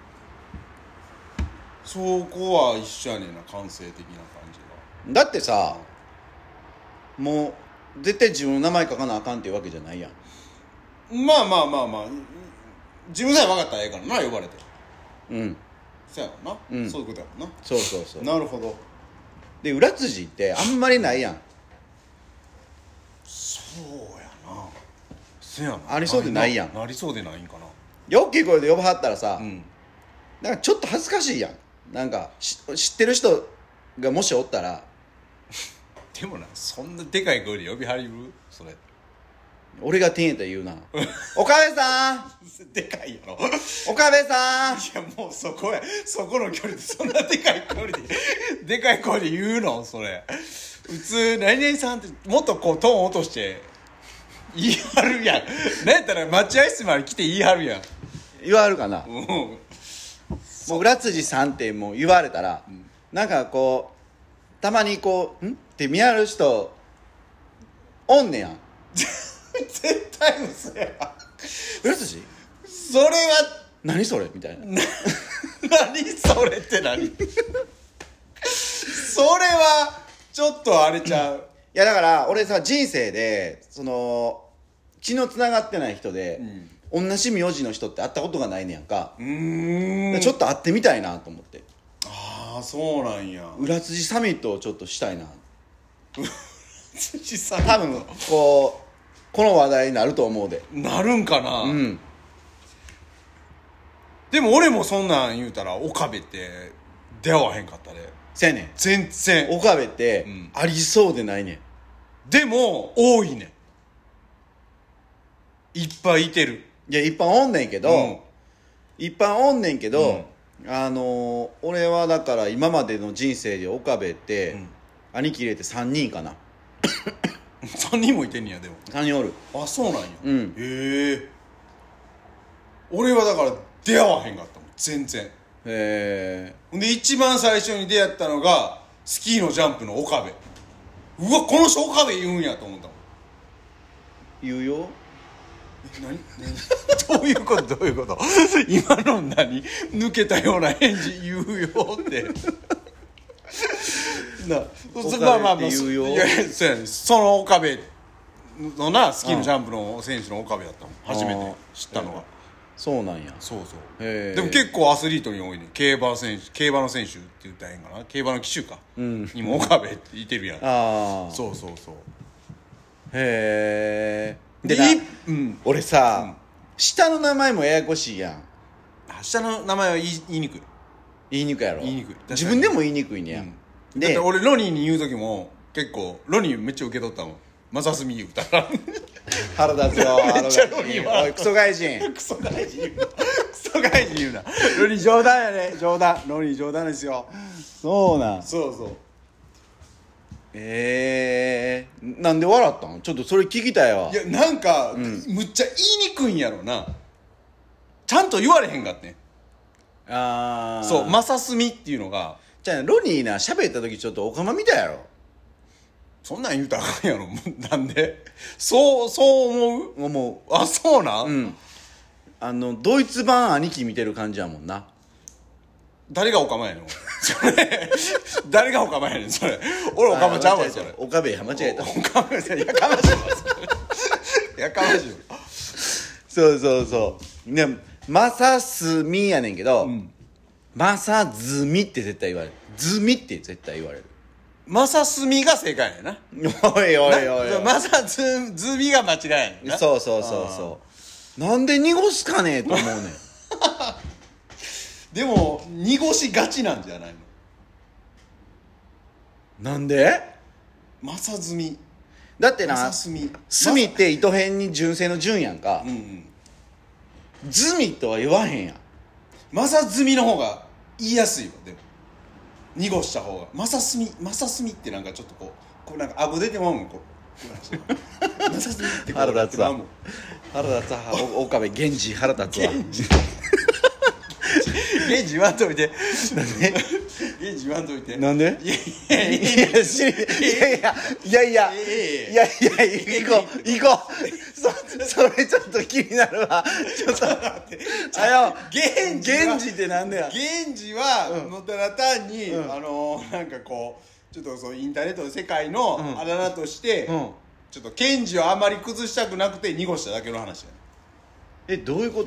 そこは一緒やねんな感性的な感じがだってさもう絶対自分の名前書かなあかんっていうわけじゃないやんまあまあまあまあ自分さえ分かったらええからな呼ばれてうんそうやろな、うん、そういうことやもんなそうそうそうなるほどで裏辻ってあんまりないやんそうやなそうやなありそうでないやんなりそうでないんかな大きい声で呼ばはったらさ、うん、なんかちょっと恥ずかしいやんなんか知ってる人がもしおったらでもなそんなでかい声で呼びはりるそれ俺が店員と言うな岡部さんでかいやろ岡部さんいやもうそこやそこの距離でそんなでかい距離ででかい声で言うのそれ普通何々さんってもっとこうトーン落として言い張るやんなんやったら待合室まで来て言い張るやん言わはるかな、 うん、 もう裏辻さんってもう言われたら、うん、なんかこうたまにこうんって見張る人おんねやん絶対嘘や裏辻それは何それみたいな何それって何それはちょっとあれちゃう、うん、いやだから俺さ人生でその血のつながってない人で、うん、同じ名字の人って会ったことがないねやんかうーんちょっと会ってみたいなと思ってああそうなんや裏辻サミットをちょっとしたいな裏辻サミット多分こうこの話題になると思うでなるんかなうんでも俺もそんなん言うたら岡部って出会わへんかったでせやねん全然岡部ってありそうでないねん、うん、 でも多いねんいっぱいいてるいやいっぱいおんねんけど、うん、いっぱいおんねんけど、うん、あのー、俺はだから今までの人生で岡部って、うん、兄貴入れてさんにんかなさんにんもいてんねやでもさんにんおるあそうなんや、 うん、 へえ俺はだから出会わへんかったもん全然へえで一番最初に出会ったのがスキーのジャンプの岡部うわこの人岡部言うんやと思ったもん言うよえ何何どういうことどういうこと今の何抜けたような返事言うよってなまあまあまあそ, いやそうや、ね、その岡部のなスキーのジャンプの選手の岡部だったもん初めて知ったのがそうなんやそうそうでも結構アスリートに多いね競馬選手競馬の選手って言ったらええんかな競馬の騎手か、うん、にも岡部っていてるやんああそうそうそうへえでな、うん、俺さ、うん、下の名前もややこしいやん下の名前は言い、言いにくい言いにくいやろ言いにくい自分でも言いにくいねや、うんでだって俺ロニーに言う時も結構ロニーめっちゃ受け取ったもんマサスミ言うたら腹立つよめっちゃロニーはおいクソ外人クソ外人言うなクソ外人言うなロニー冗談やね冗談ロニー冗談ですよそうなんそうそうえー、なんで笑ったんちょっとそれ聞きたいわいやなんか、うん、むっちゃ言いにくいんやろなちゃんと言われへんかってんああそうマサスミっていうのがじゃあロニーな喋った時ちょっとオカマみたいやろそんなん言うたらあかんやろなんでそうそう思う思うあそうなん、 うん、あのドイツ版兄貴見てる感じやもんな。 誰がオカマやねんそれ誰がオカマやねんそれ俺オカマちゃうわそれ岡部や間違えたオカマややかましいわやかましいわそうそうそうでマサスミやねんけど、うん、マサズミって絶対言われる。ズミって絶対言われる。 マサスミが正解やな。 おいおいおいおいマサズズミが間違いやねんな。 そうそうそうそうなんで濁すかねと思うねんでも濁しがちなんじゃないの。なんでマサズミだってなスミって糸辺に純正の純やんか、うんうん、ズミとは言わへんやん。 マサズミの方が言いやすいわ。でも濁した方がマサスミマサスミってなんかちょっとこうこうなんか顎出てまうもんこうマサスミってこう腹立つわ腹立つわ岡部源氏腹立つわ源氏言わんといてなんで源氏言わんといてなんでいやいやいやいやいやいやいやいや行こう行こう そ, それちょっと気になるわちょっと待ってあよ源氏ってなんだよ。 源氏はもうただ単に、うん、あのなんかこうちょっとそうインターネットの世界のあだ名として、うん、ちょっと源氏をあんまり崩したくなくて濁しただけの話や。 えどういうこと？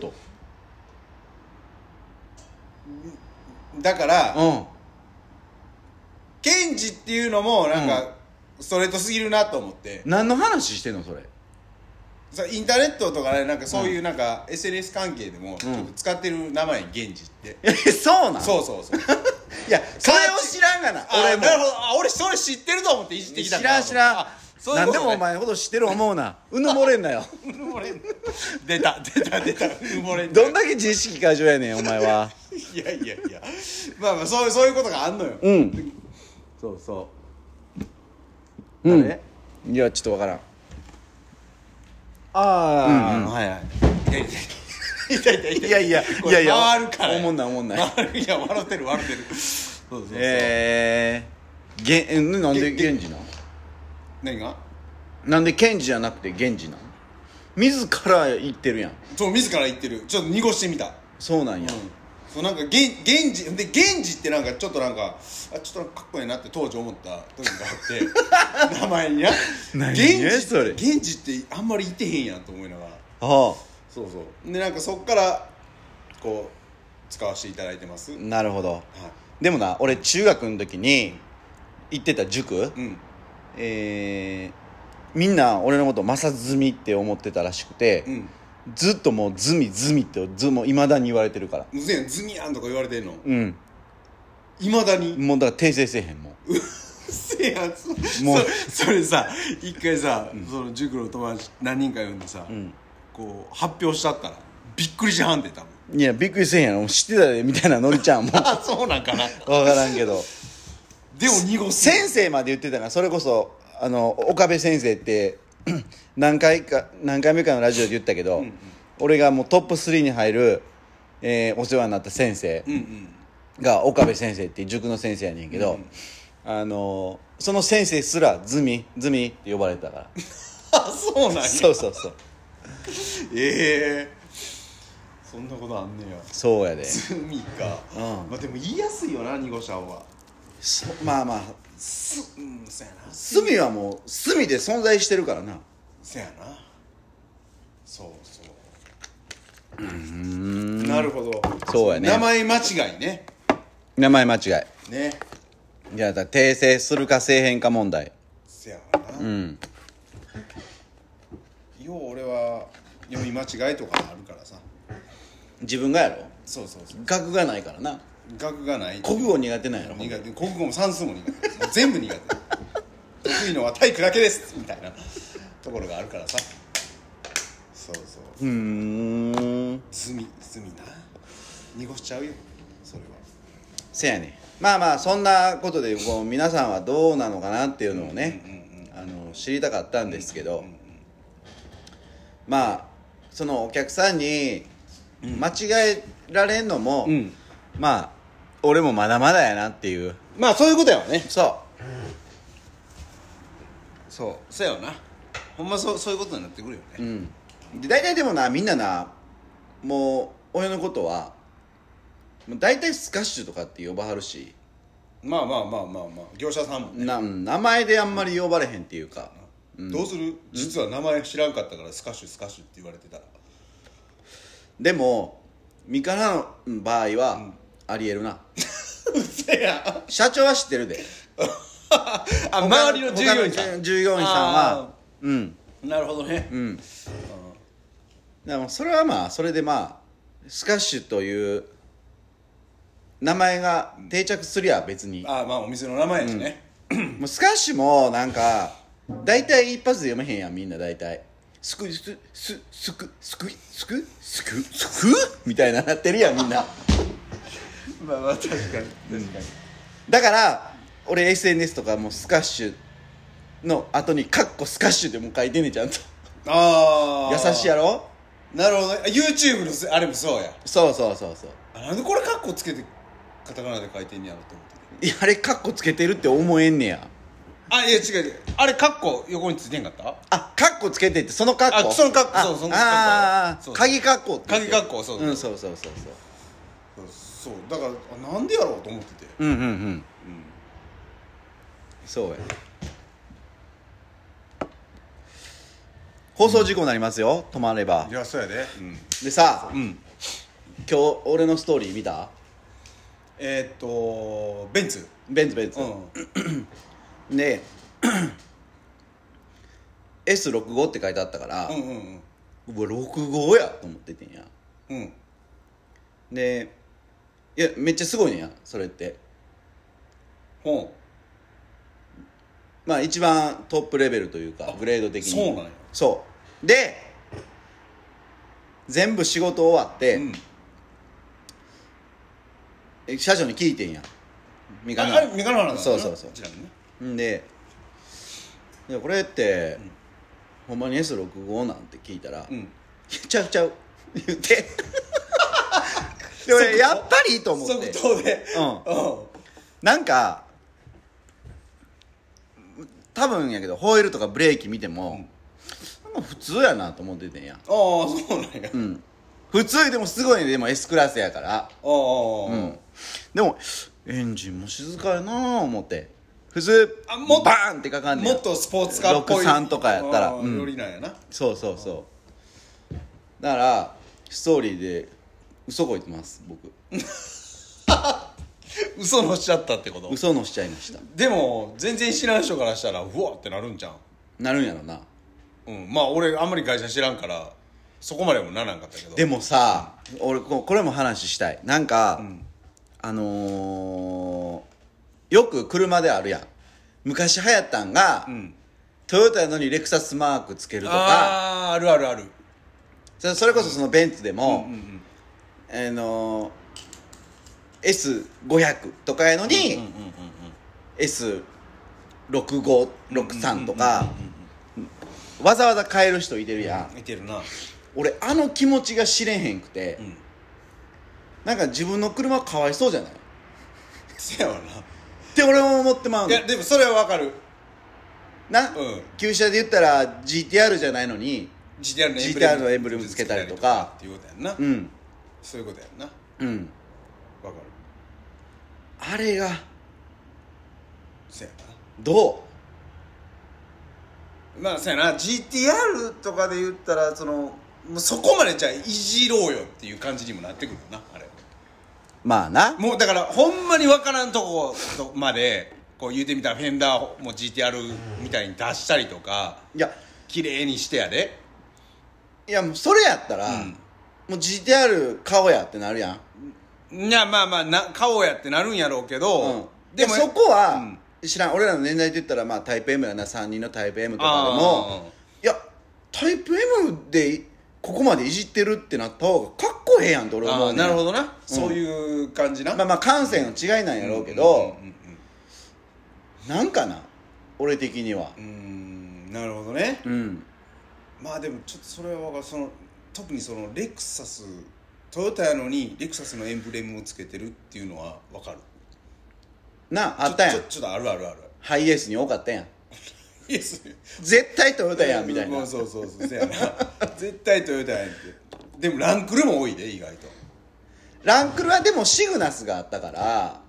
だから、うん、ケンジっていうのもなんか、うん、ストレートすぎるなと思って。 何の話してんのそれ。 インターネットとかねなんかそういうなんか エスエヌエス 関係でもちょっと使ってる名前に源氏って、 うん、えそうなんそうそうそういやそれを知らんがな俺も。なるほどあ俺それ知ってると思っていじってきたから。知らん知らんそういうこと、ね、なんでもお前のこと知ってる思うなうぬもれんなようぬもれん出た出た出たうぬもれんどんだけ自意識過剰やねんお前は。 いやいやいやまあまあそう、そういうことがあんのよ。 うんそうそううん誰いやちょっとわからん。ああ、うんうん、はいはい痛い痛い痛い痛いいやいやいやいや回るからおもんないおもんないいや笑ってる笑ってるそうそうそうえーげえなんで源氏なの。 何がなんで源氏じゃなくて源氏なの。自ら言ってるやん。 そう自ら言ってる。ちょっと濁してみた。 そうなんや、うん、 そうなんか源氏で源氏ってなんかちょっとなんかあちょっとかっこいいなって当時思った時があって名前にな何源氏それ源氏ってあんまりいてへんやんと思いながら。ああそうそうでなんかそっからこう使わせていただいてます。 なるほど、はい、でもな俺中学の時に行ってた塾、うんえー、みんな俺のこと正純って思ってたらしくて、うんずっともうズミズミってずもう未だに言われてるから。 うせやんズミやんとか言われてんの。 うん未だにもうだから訂正せえへんもん。 うせやんそもう そ, それさ一回さ、うん、その塾の友達何人か呼んでさ、うん、こう発表しちゃったらびっくりしはんで多分。 いやびっくりせえへんやろ知ってたでみたいなノリちゃんもあそうなんかな分からんけどでも濁す先生まで言ってたからそれこそあの岡部先生って何回か何回目かのラジオで言ったけど、うんうん、俺がもうトップスリーに入る、えー、お世話になった先生が岡部先生っていう塾の先生やねんけど、うんうん、あのその先生すらズミズミって呼ばれてたからあそうなんやそうそうそうええー、そんなことあんねや。 そうやでズミか、うんまあ、でも言いやすいよな濁しゃんは。 まあまあす、うん、そやな隅はもう隅で存在してるからな。 そやなそうそううーんなるほどそうやね名前間違いね名前間違いねいやだ訂正するかせえへんか問題。 そやなうんよう俺は読み間違いとかあるからさ自分がやろ。 そうそうそう学がないからな。 学がない国語苦手なんやろ。 苦手国語も算数も苦手もう全部苦手得意のは体育だけですみたいなところがあるからさそうそううーんズミズミな濁しちゃうよそれは。 せやねまあまあそんなことでこう皆さんはどうなのかなっていうのをね、うんうんうん、あの知りたかったんですけど、うんうんうん、まあそのお客さんに間違えられんのも、うん、まあ俺もまだまだやなっていうまあそういうことやわね。 そそうそうやよなほんまそうそういうことになってくるよねうんで大体でもなみんななもう俺のことはもう大体スカッシュとかって呼ばはるしまあまあまあまあまあ業者さんもねな名前であんまり呼ばれへんっていうか、 うん、どうする実は名前知らんかったからスカッシュスカッシュって言われてたらでもミカナの場合は、うん、ありえるなうせや社長は知ってるであ周りの従業員さん従業員さんはうんなるほどねうんでもそれはまあそれでまあスカッシュという名前が定着すりゃ別にああまあお店の名前やしね、 うん、もうスカッシュもなんか大体一発で読めへんやんみんな大体スクスススクスクスクスクスクみたいななってるやんみんなまあまあ確かに確かに、うん、 だから俺 エスエヌエス とかもスカッシュの後にカッコスカッシュでも書いてんねんちゃんとああ優しいやろなるほどね YouTube のあれもそうやそうそうそうそうあなんでこれカッコつけてカタカナで書いてんねやろと思っていやあれカッコつけてるって思えんねやあいや違う違うあれカッコ横についてんかったあカッコつけてってそのカッコあそのカッコそうそのカッコああ鍵カッコって鍵カッコそうそう、 うん、そうそうそうそうそうだからあなんでやろうと思っててうんうんうん、うん、そうやね放送事故になりますよ止まればいやそうやで、うん、 でさ、 うん、 今日俺のストーリー見たえー、っとベンツベンツベンツ、うん、でエスろくじゅうご って書いてあったから、うんうんうん、うわろくじゅうごやと思っててんや、うん、でいやめっちゃすごいねんやそれってほうまあ一番トップレベルというかグレード的にそうなんやそうで全部仕事終わって、うん、社長に聞いてんやミカナあれミカナなんだそうそうそうちなみにねでいやこれって、うん、ほんまに エスろくじゅうご なんて聞いたら、うん、ちゃうちゃう言ってで俺やっぱりと思って即答でうん、 うん、なんか多分やけどホイールとかブレーキ見ても、うん、普通やなと思っててんやああそうなんや、 うん、普通でもすごいねでも S クラスやからああ、うん、でもエンジンも静かやな思って普通あもバーンってかかんねんもっとスポーツカーっぽいろくさんとかやったら、 うん、よりなんやなそうそうそうだからストーリーで嘘こいてます僕嘘のしちゃったってこと嘘のしちゃいましたでも全然知らん人からしたらうわってなるんじゃんなるんやろなうんまあ俺あんまり会社知らんからそこまでもならんかったけどでもさ、うん、俺これも話したいなんか、うん、あのー、よく車であるやん昔流行ったんが、うん、トヨタやのにレクサスマークつけるとかあああるあるあるそれこそそのベンツでも、うんうんうん、あのー、エスごひゃく とかやのに、うんうんうんうん、エスろくじゅうご、ろくじゅうさん とか、うんうんうんうん、わざわざ変える人いてるやん、 うん、いてるな俺あの気持ちが知れへんくて、うん、なんか自分の車かわいそうじゃない？ せやわなって俺も思ってまうの。 いやでもそれはわかるな、うん、旧車で言ったら ジーティーアール じゃないのにジーティーアール のエンブレムジーティーアール のエンブレムつけたりとかっていうことやんな、 うん、 そういうことやんなうんわかるあれがせやなどうまあせやな ジーティーアール とかで言ったらそのもうそこまでじゃあいじろうよっていう感じにもなってくるよなあれまあなもうだからほんまに分からんとこまでこう言うてみたらフェンダーも ジーティーアール みたいに出したりとかいや綺麗にしてやでいやもうそれやったら、うん、もう ジーティーアール 顔やってなるやんいやまあまあな顔やってなるんやろうけど、うん、 でもそこは、うん知らん俺らの年代で言ったらまあタイプ M やなさんにんのタイプ M とかでもいやタイプ M でここまでいじってるってなった方がかっこええやんって俺は思うね。 なるほどな、うん、そういう感じなまあまあ感性の違いなんやろうけど、うんうんうんうん、なんかな俺的にはうーんなるほどね、 うん、 まあでもちょっとそれはその特にそのレクサストヨタやのにレクサスのエンブレムをつけてるっていうのは分かるなあったやんちょっとあるあるあるハイエースに多かったやんイエス絶対トヨタやんみたいな。 そうそうそうそうやな絶対トヨタやんって。でもランクルも多いで意外と。 ランクルはでもシグナスがあったから、あ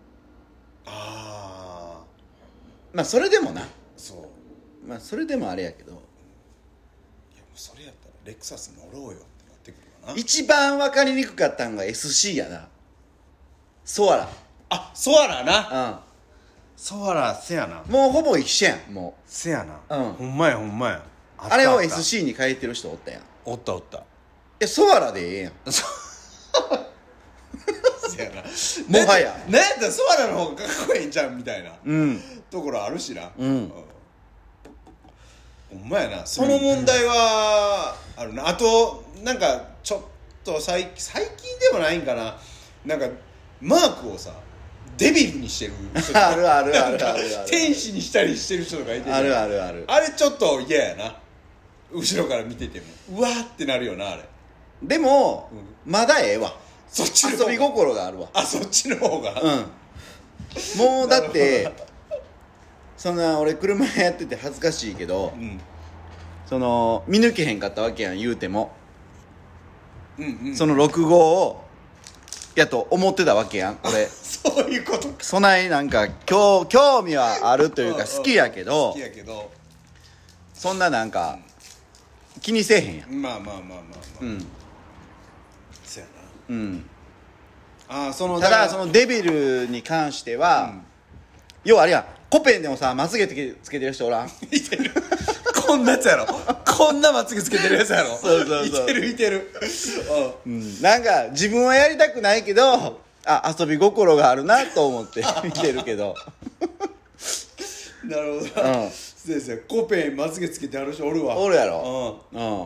あまあそれでもな、 そうまあそれでもあれやけど、 いやもうそれやったらレクサス乗ろうよってなってくるかな。 一番分かりにくかったんが エスシー やな。ソアラ。 あ、ソアラな。 うん。 ソアラせやな。 もうほぼ一緒やん。もせやな。 うんほんまやほんまや。あうあれを エスシー に変えてる人おったやん。 おったおった。 えソアラでええやん。 せやな。 もはやなんやったらソアラの方がかっこいいんちゃうみたいな、 うん、 ところあるしな。 うん、うん、 ほんまやな。その問題はあるな。あとなんかちょっと最最近でもないんかな。なんかマークをさデビルにしてる人あるあるあるあるある天使にしたりしてる人とかいて、 あるあるある。 あれちょっと嫌やな。後ろから見ててもうわーってなるよなあれ。 でも、うん、まだええわ。 そっちの遊び心があるわ。 あ、そっちの方が。 うんもうだってそんな俺車やってて恥ずかしいけど、うん、その見抜けへんかったわけやん言うても、うんうん、そのろく号をやと思ってたわけやん俺そういうことか。 そないなんか興興味はあるというか好きやけど好きやけどそんななんか、うん、気にせえへんやん。 まあまあまあまあまあ、うん、そやな。 うんあそのただそのデビルに関しては、うん、要はあれやコペンでもさまつげつけつけてる人おらんいてるこんなやつやろこんなまつげつけてるやつやろそうそうそういてるいてる、 うん、なんか自分はやりたくないけどあ遊び心があるなと思って見てるけどなるほど、うん、先生コペンまつげつけてある人おるわ。 おるやろ。うん、うん、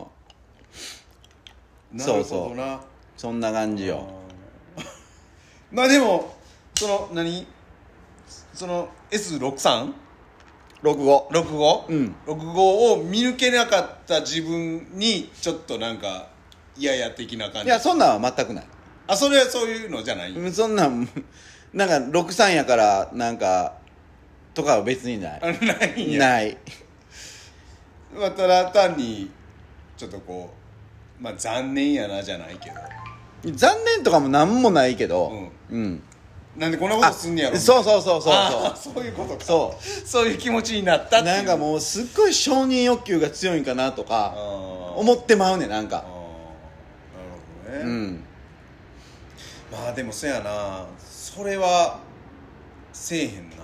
なるほどな。そうそうそんな感じよ。 まあでもその何その エスろくじゅうさん? ろくごろくご? うんろくごを見抜けなかった自分にちょっとなんか嫌や的な感じ。 いやそんなんは全くない。 あそれはそういうのじゃない。 そんなんなんかろくじゅうさんやからなんかとかは別にない。 ないんや。 ないまあただ単にちょっとこうまあ残念やなじゃないけど残念とかもなんもないけど、 うん、 うん、 なんでこんなことすんねやろ。 そうそうそうそうそうそういうことか。 そうそういう気持ちになったっていう。 なんかもうすっごい承認欲求が強いんかなとか思ってまうねなんか。 あなるほどね、うん、まあでもそやなそれはせえへんな俺は。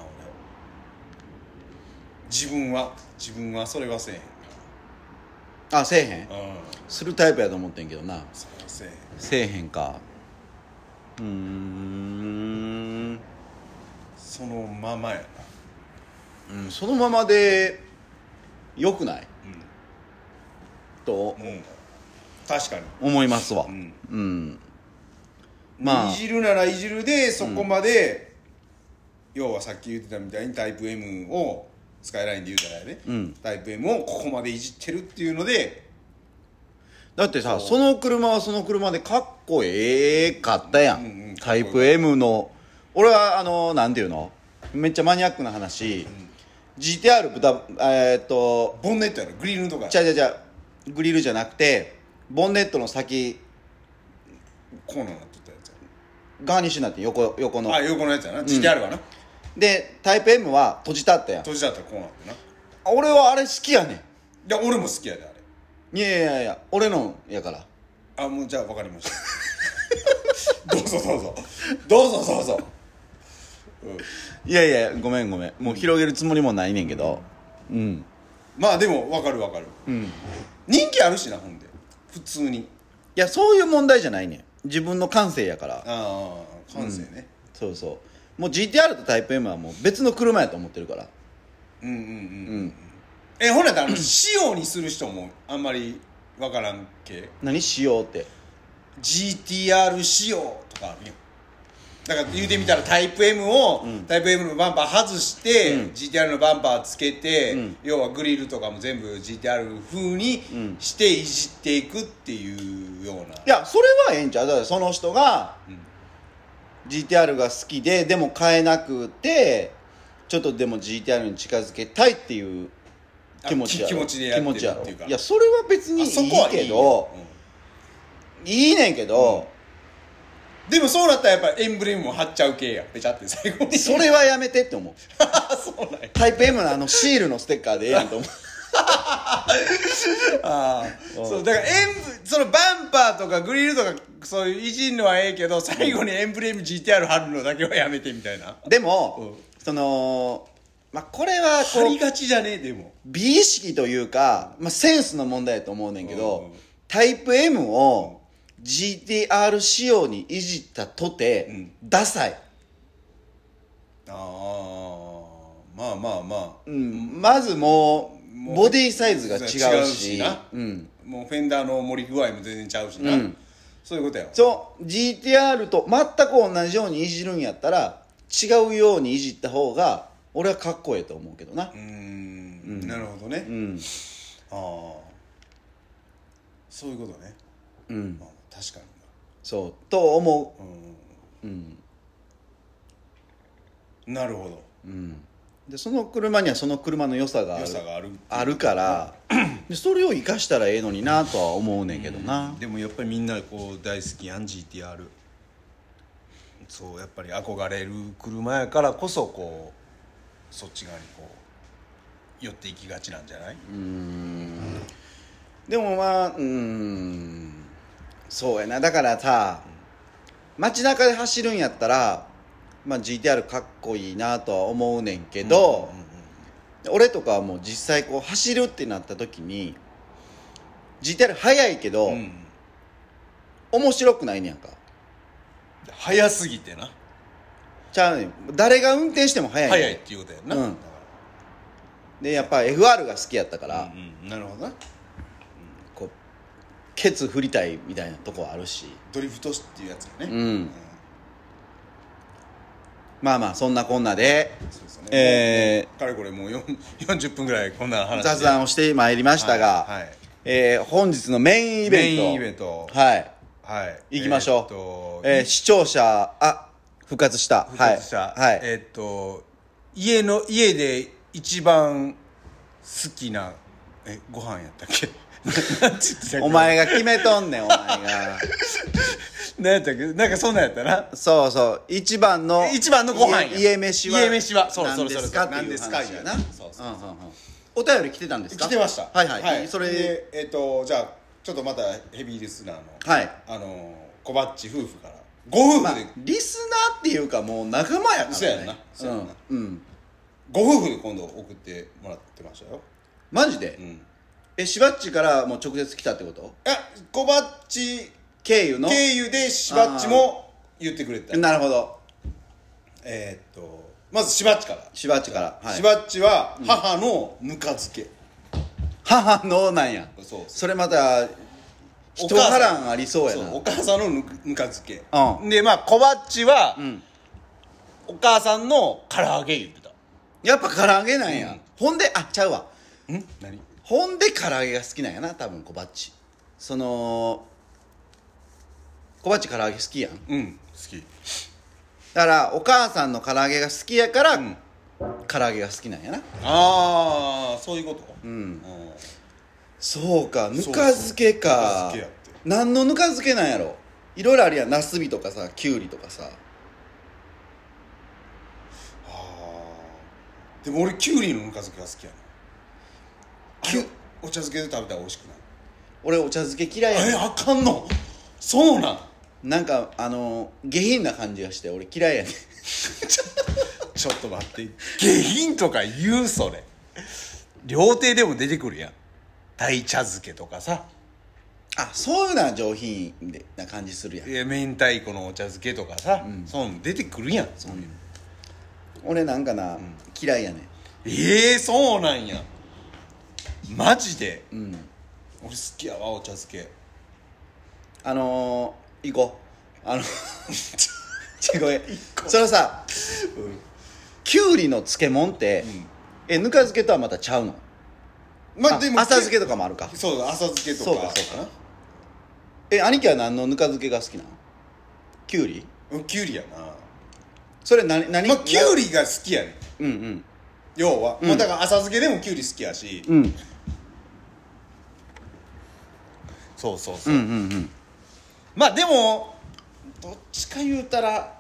自分は自分はそれはせえへんな。あせえへん、うん、するタイプやと思ってんけどな。 それはせえへん。 せえへんか。うーんそのままやな。うんそのままでよくない、うん、と、うん、 確かに思いますわ。うん、うん、まあいじるならいじるでそこまで、うん、要はさっき言ってたみたいにタイプ M をスカイラインで言うたらやね、うん、タイプ M をここまでいじってるっていうので。 だってさ そ, その車はその車でかっこええかったやん、うんうん、タイプ M の俺はあのなんていうのめっちゃマニアックな話、うん、ジーティーアール 豚えー、っとボンネットやろグリルのとかちゃうちゃうちゃうグリルじゃなくてボンネットの先コーナーになってたやつやガーニッシュになって横横のあ横のやつやな、うん、ジーティーアール はな。 でタイプ M は閉じたったやん。 閉じたったこうなってな。 俺はあれ好きやねん。いや俺も好きやであれ。 いやいやいや俺のやから。 あもうじゃあ分かりましたどうぞどうぞどうぞどうぞ、 うん、いやいやごめんごめんもう広げるつもりもないねんけど、うん、うん、 まあでも分かる分かる、うん、人気あるしなほんで普通に。いやそういう問題じゃないねん自分の感性やから。ああ感性ね、うん、 そうそうもう ジーティーアール とタイプ M はもう別の車やと思ってるから。 うんうんうん、うん、えほんならあの仕様にする人もあんまり分からんけ。 何仕様ってジーティーアール 仕様とかあるよ。だから言うてみたらタイプ M を、うん、タイプ M のバンパー外して、うん、ジーティーアール のバンパーつけて、うん、要はグリルとかも全部 ジーティーアール 風にしていじっていくっていうような、うん、いやそれはええんちゃう。だからその人が、うん、ジーティーアール が好きででも買えなくてちょっとでも ジーティーアール に近づけたいっていう気持ちやろ気持ちでやってるっていうかいやそれは別にいいそこはいいけどいいねんけど、 うん、でもそうなったらやっぱエンブレムも貼っちゃう系やペチャって最後にそれはやめてって思うそうなんやタイプ M のあのシールのステッカーでええやんと思うああそうだからエンブそのバンパーとかグリルとかそういういじるのはええけど最後にエンブレム ジーティーアール 貼るのだけはやめてみたいなでも、 うん、 そのまあこれはこう貼りがちじゃねえでも美意識というか、まあ、センスの問題だと思うねんけど、 うんうん、 タイプ M を ジーティーアール 仕様にいじったとて、うん、ダサいああまあまあまあ、 うん、まずもうボディサイズが違うし、 違うしな、 うん、 もうフェンダーの盛り具合も全然ちゃうしな、うん、そういうことやそう ジーティーアール と全く同じようにいじるんやったら違うようにいじった方が俺はかっこええと思うけどなうーん、 うん、なるほどね、うん、ああそういうことね、うんまあ、確かにそうと思う、うんうん、なるほど、 うん、でその車にはその車の良さがある、 良さがある、 あるからでそれを生かしたらええのになとは思うねんけどな、 うん、でもやっぱりみんなこう大好きやん ジーティーアール そうやっぱり憧れる車やからこそこうそっち側にこう寄っていきがちなんじゃない？うーんでもまあうーんそうやなだからさ、うん、街中で走るんやったら、まあ、ジーティーアール かっこいいなとは思うねんけど、うんうんうん、俺とかはもう実際こう走るってなった時に ジーティーアール 速いけど、うん、面白くないねやんか速すぎてなちゃうねん誰が運転しても速いねん速いっていうことやんな、うん、 でやっぱ エフアール が好きやったから、 うんうん、なるほどな、うん、 こうケツ振りたいみたいなとこあるしドリフトっていうやつよね、うんうん、まあまあそんなこんなでそうですね、えー、かれこれもうよんじゅっぷんぐらいこんな話雑談をしてまいりましたが、はいはい、えー、本日のメインイベントメインイベントはいはい、 行きましょう、えーっとえー、視聴者あ復活した復活した、はい、えー、っと家の家で一番好きなえご飯やったっけお前が決めとんねんお前が何やったっけなんかそんなんやったなそうそう一番の一番のご飯や家飯は家飯はそう何ですかっていう話やなそうそうそう、うんうんうん、お便り来てたんですか来てましたはいはい、はい、 それでえー、っとじゃあちょっとまたヘビーリスナーのはいあの小バッチ夫婦からご夫婦で、まあ、 リスナーっていうかもう仲間やからねそうやなそうやな、 うん、うん、 ご夫婦で今度送ってもらってましたよマジで、うん、えしばっちからもう直接来たってこと？ いや小バッチ経由の経由でしばっちも言ってくれたなるほどえー、っとまずしばっちからしばっちから、 はい、しばっちは母のぬか漬け、うん、 母のなんやそうそうそれまた一波乱ありそうやなそうお母さんのぬか漬け、うん、でまあ小バッチは、うん、お母さんの唐揚げ言ってたやっぱ唐揚げなんや、うん、ほんであちゃうわん何ほんで唐揚げが好きなんやな多分小バッチその小バッチ唐揚げ好きやんうん好きだからお母さんの唐揚げが好きやから、うん、唐揚げが好きなんやなああそういうことうん、うん、 そうかぬか漬けかぬか漬けやって何のぬか漬けなんやろいろいろあるやんナスビとかさキュウリとかさあでも俺キュウリのぬか漬けが好きやなキュお茶漬けで食べたら美味しくない俺お茶漬け嫌いやねんえあかんのそうなんなんかあの下品な感じがして俺嫌いやねんちょっと待って下品とか言うそれ料亭でも出てくるやん鯛茶漬けとかさあそういうのは上品な感じするやんいや明太子のお茶漬けとかさ、うん、そういうの出てくるやんそういうの、 うん、俺なんかな、うん、嫌いやねんええー、そうなんやマジで、うん、俺好きやわお茶漬けあのー、行こうあのちごめんそのさ、うん、きゅうりの漬物って、うん、えぬか漬けとはまたちゃうのまあでも浅漬けとかもあるかそうだ浅漬けとかそうかそうかなえ兄貴は何のぬか漬けが好きなのきゅうりうんきゅうりやなそれ何何まあきゅうりが好きやねうんうん要は、うん、もうだから浅漬けでもきゅうり好きやし、 うん、 そうそうそう、 うんうんうん、 まあでもどっちか言うたら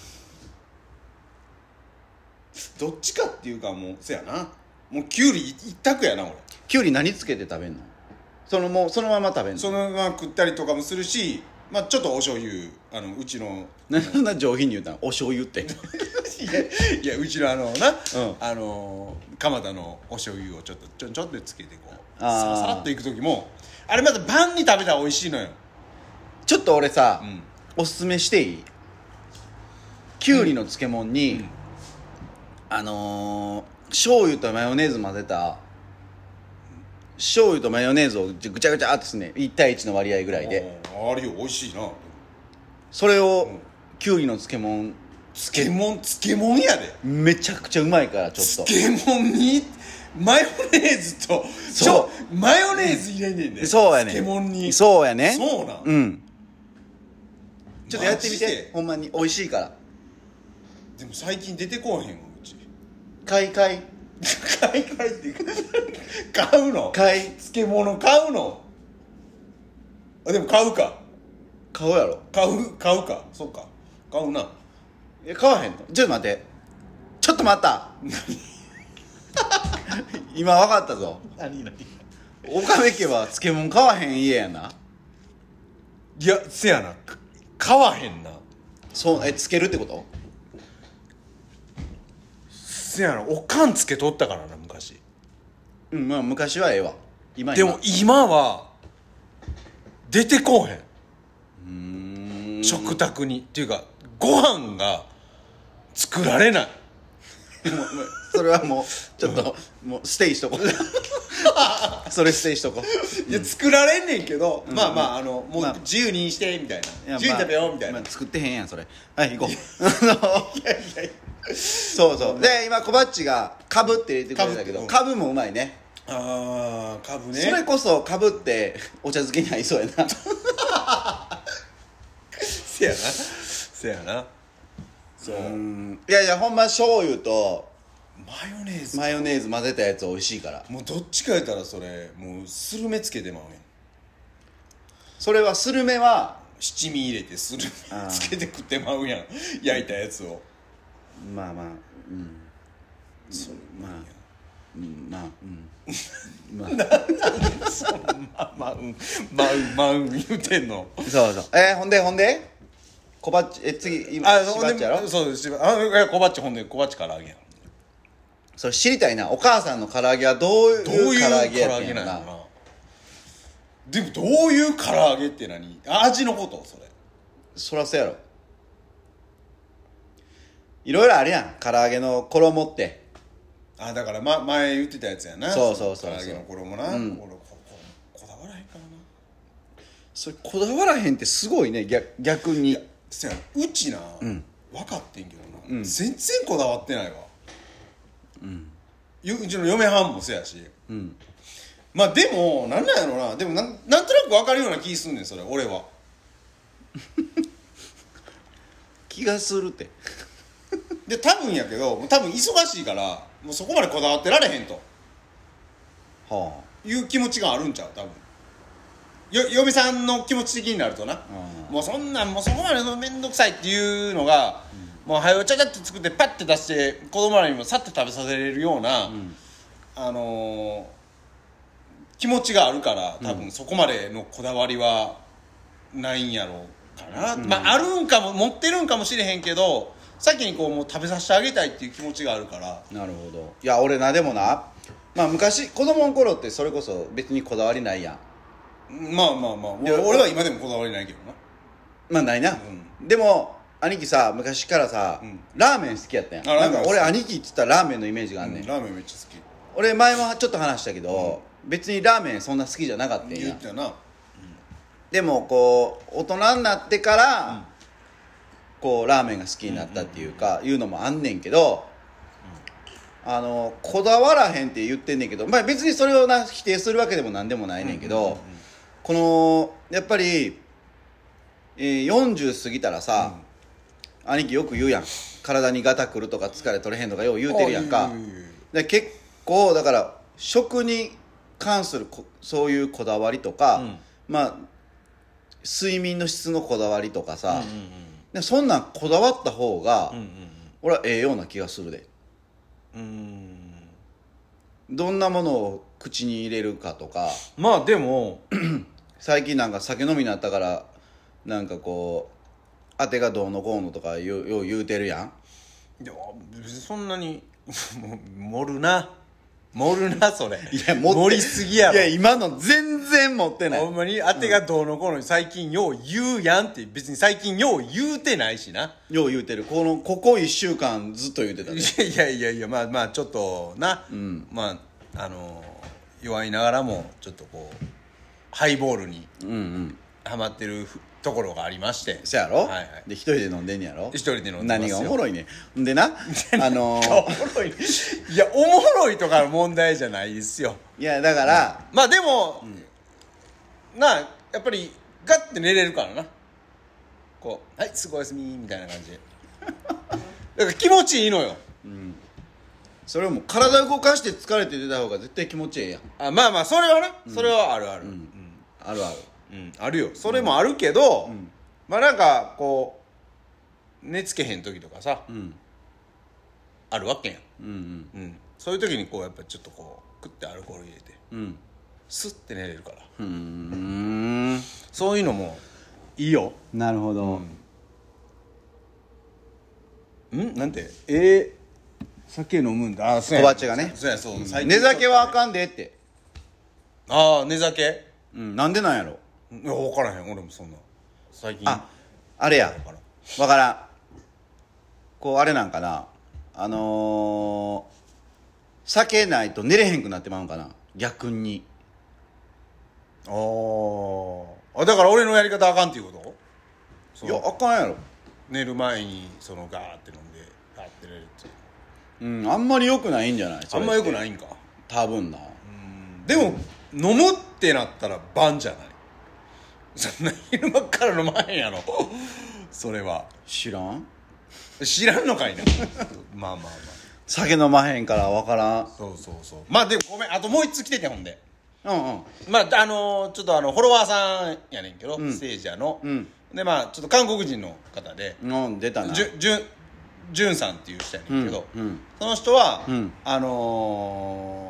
どっちかっていうかもうそやな、もうきゅうり一択やな俺。 きゅうり何つけて食べんの？そのもうそのまま食べんの？ そのまま食ったりとかもするし、まあちょっとお醤油、あのうちのそんな上品に言うたの？お醤油っていやいやうちのあのな、 うん、 あの蒲田のお醤油をちょっとちょちょっとつけてこうサラサラっといく時もあれまた晩に食べたら美味しいのよ。 ちょっと俺さ、 うん、 おすすめしていい？きゅうりの漬物に、うん、あのー、醤油とマヨネーズ混ぜた醤油とマヨネーズをぐちゃぐちゃってすねいち対いちの割合ぐらいで、 あれよ美味しいな。 それを、うん、きゅうりの漬物漬物漬物やでめちゃくちゃうまいから。ちょっと漬物にマヨネーズとそうマヨネーズ入れんねんで。 そうやね漬物に。 そうやね。 そうなん。 うん、ちょっとやってみてほんまに美味しいから。 でも最近出てこうへんわうち。 買い買い買い買いって買うの？ 買い漬物買うの？あでも買うか。 買うやろ。 買う買うか。そっか買うな。 いや買わへんの？ちょっと待ってちょっと待った今分かったぞ。 何何岡部家は漬物買わへん家やな。 いやせやな買わへんな。 そうえつけるってこと？ せやなおかんつけとったからな昔。 うんまあ昔はええわ。今でも今は出てこうへん。 うーん食卓にっていうかご飯が作られない。 それはもうちょっともうステイしとこうそれステイしとこう。いや作られんねんけど、うん、まあまああのもう自由にしてみたいな、まあ、自由に食べようみたいな、まあまあ、作ってへんやんそれ。はい行こういやいやいやそうそうで今小バッチがカブって入れてくれたけどカブもうまいね。 ああカブね。それこそカブってお茶漬けに合いそうやなせやなせやなそう。うんいやいやほんま醤油とマヨネーズマヨネーズ混ぜたやつ美味しいから。 もうどっちか言ったらそれもうスルメつけてまうやん。 それはスルメは七味入れてスルメつけて食ってまうやん焼いたやつを。 まあまあうんそまあうんまあうんまあなんなんそんままうんまうんまうん言うてんの。 そうそうえー、ほんでほんで小バッチえ次今しばっちやろ。 そうですあいや小バッチほんで小バッチ唐揚げやん。 それ知りたいな。お母さんの唐揚げはどういう唐揚げやったんやろな。 でもどういう唐揚げって何味のことそれ。 そらそうやろ。いろいろあるやん唐揚げの衣って。 あだから、ま、前言ってたやつやな。 そうそうそうそう唐揚げの衣な、うん、こ, こ, こだわらへんからな。 それこだわらへんってすごいね 逆, 逆に。いやせやうちな、うん、分かってんけどな、うん、全然こだわってないわ。うん、うちの嫁はんもせやし、うん、まあでもなんなんやろな。でもな ん, なんとなく分かるような気すんねんそれ俺は気がするってで多分やけど多分忙しいからもうそこまでこだわってられへんと、はあ、いう気持ちがあるんちゃう多分よ嫁さんの気持ち的になるとな、うん、もうそんなんもうそこまでのめんどくさいっていうのが、うん、もう早うちゃちゃっと作ってパッて出して子供らにもさっと食べさせれるような、うん、あのー、気持ちがあるから多分そこまでのこだわりはないんやろうかな、うん、まああるんかも持ってるんかもしれへんけど先にこうもう食べさせてあげたいっていう気持ちがあるから。 なるほど。いや俺なでもなまあ昔子供の頃ってそれこそ別にこだわりないやん。 まあまあまあ俺は今でもこだわりないけどな。 まあないな、うん、でも兄貴さ昔からさ、うん、ラーメン好きやったやん。なんか俺兄貴って言ったらラーメンのイメージがあんねん、 うん、ラーメンめっちゃ好き。 俺前もちょっと話したけど、うん、別にラーメンそんな好きじゃなかったんや。 言ったな、うん、 でもこう大人になってから、うん、こうラーメンが好きになったっていうか、うんうんうん、いうのもあんねんけど、うん、あのこだわらへんって言ってんねんけど、まあ、別にそれをな否定するわけでもなんでもないねんけど、うんうんうん、このやっぱり、えー、よんじゅう過ぎたらさ、うん、兄貴よく言うやん体にガタくるとか疲れ取れへんとかよう言うてるやんか。 で結構だから食に関するこそういうこだわりとか、うん、まあ睡眠の質のこだわりとかさ、うんうんうん、でそんなんこだわった方が、うんうんうん、俺はええような気がするで。うーん、どんなものを口に入れるかとか。 まあでも最近なんか酒飲みになったからなんかこうあてがどうのこうのとかよう言うてるやん。 いや別にそんなに盛るな盛るなそれ。 いや盛りすぎやろ。 いや今の全然盛ってない。 ほんまにあてがどうのこうの最近よう言うやんって。別に最近よう言うてないしな。 よう言うてる。このここいっしゅうかんずっと言うてたね。 いやいやいやまあまあちょっとな、うん、まああの弱いながらもちょっとこうハイボールにハマってるところがありまして。 そやろ、はいはい、で一人で飲んでんやろ。 一人で飲んでますよ。 何がおもろいねんでなあのー、 おもろいいやおもろいとかの問題じゃないですよ。 いやだから、 うん、まあでも、うん、なあやっぱりガッて寝れるからな。こうはいすごいおやすみみたいな感じでだから気持ちいいのよ、うん、 それはもう体動かして疲れて出た方が絶対気持ちいいやん。 あまあまあそれはな、うん、それはあるある、うんうん、 あるある、 うん、あるよ。それもあるけど、うん、まあなんかこう寝つけへん時とかさ、うん、あるわけやん、うんうんうん、そういう時にこうやっぱちょっとこうクッてアルコール入れて、うん、スッて寝れるから。うーんそういうのもいいよ。 なるほど、 うん、んなんてえー、酒飲むんだ。あ小鉢がね。 そうやそう、うん、 寝酒はあかんでって。 ああ寝酒、 うん、なんでなんやろ。 いや分からへん俺もそんな最近。 ああれや分からん。こうあれなんかなあのー、酒ないと寝れへんくなってまうんかな逆に。 ああだから俺のやり方あかんっていうこと。 いやあかんやろ。 寝る前にそのガーって飲んでガーって寝るっていう。 うんあんまり良くないんじゃない。 あんま良くないんか多分な。 うんでも飲むってなったら晩じゃない。そんな昼間から飲まへんやろそれは。 知らん知らんのかいなまあまあまあ酒飲まへんから分からん。 そうそうそう。まあでもごめんあともう一つ来ててほんで。 うんうんまああのー、ちょっとあのフォロワーさんやねんけど、うん、ステージャーの、うん、でまあちょっと韓国人の方で、 うん、出たな。 じゅじゅんじゅんさんっていう人やねんけど、うんうん、その人は、うん、あの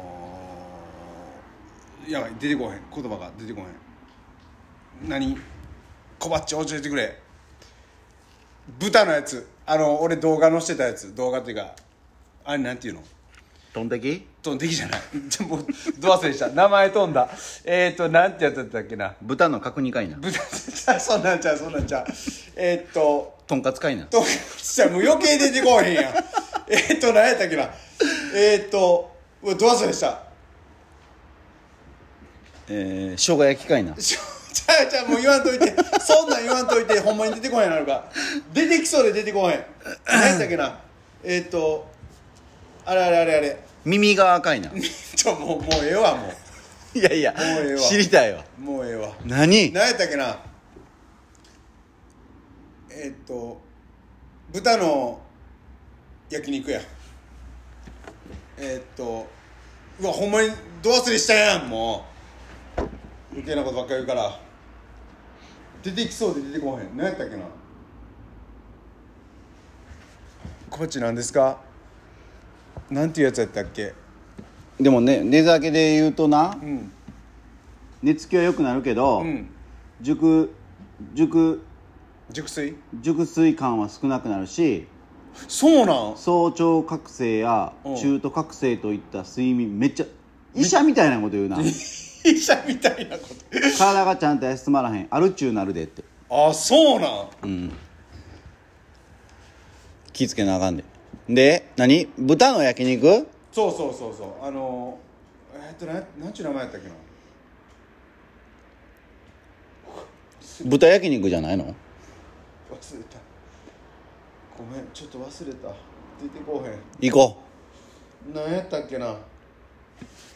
ー、やばい出てこへん言葉が出てこへん。何コバッチ教えてくれ。豚のやつあの俺動画載せてたやつ動画っていうかあれなんていうの。 トンテキトンテキじゃないもうど忘れした名前飛んだ。えっとなんてやつだったっけな。 豚の角煮かいな。 豚そんなんちゃうそんなんちゃう。えー、っととんかつかいな。 とんかつちゃうもう余計出てこへんやんえっと何やったっけな。えー、っとうわど忘れした。 えー、生姜焼きかいな。 ちゃうちゃうもう言わんといてそんなん言わんといてほんまに出てこへんなるか。出てきそうで出てこへん何やったっけな。えー、っとあれあれあれあれ耳が赤いなちょもうもうええわもういやいやもうええわ知りたいわ。 もうええわ。 何何やったっけな。えー、っと豚の焼肉や。えー、っとうわほんまにど忘れしたやん。もう余計なことばっかり言うから出てきそうで出てこへん。何やったっけな。こっちなんですか。なんていうやつやったっけ。 でもね寝酒で言うとな、 うん、 寝つきは良くなるけど、うん、熟熟熟睡熟睡感は少なくなるし。 そうなん。 早朝覚醒や中途覚醒といった睡眠めっちゃ医者みたいなこと言うな医者みたいなこと体がちゃんと休まらへんアル中なるでって。 あそうなん。 うん気ぃつけなあかんで。で何豚の焼肉。 そうそうそうそうあのえー、っとななんちゅう名前やったっけな。 豚焼肉じゃないの。 忘れたごめんちょっと忘れた出てこへん。 行こう何やったっけな。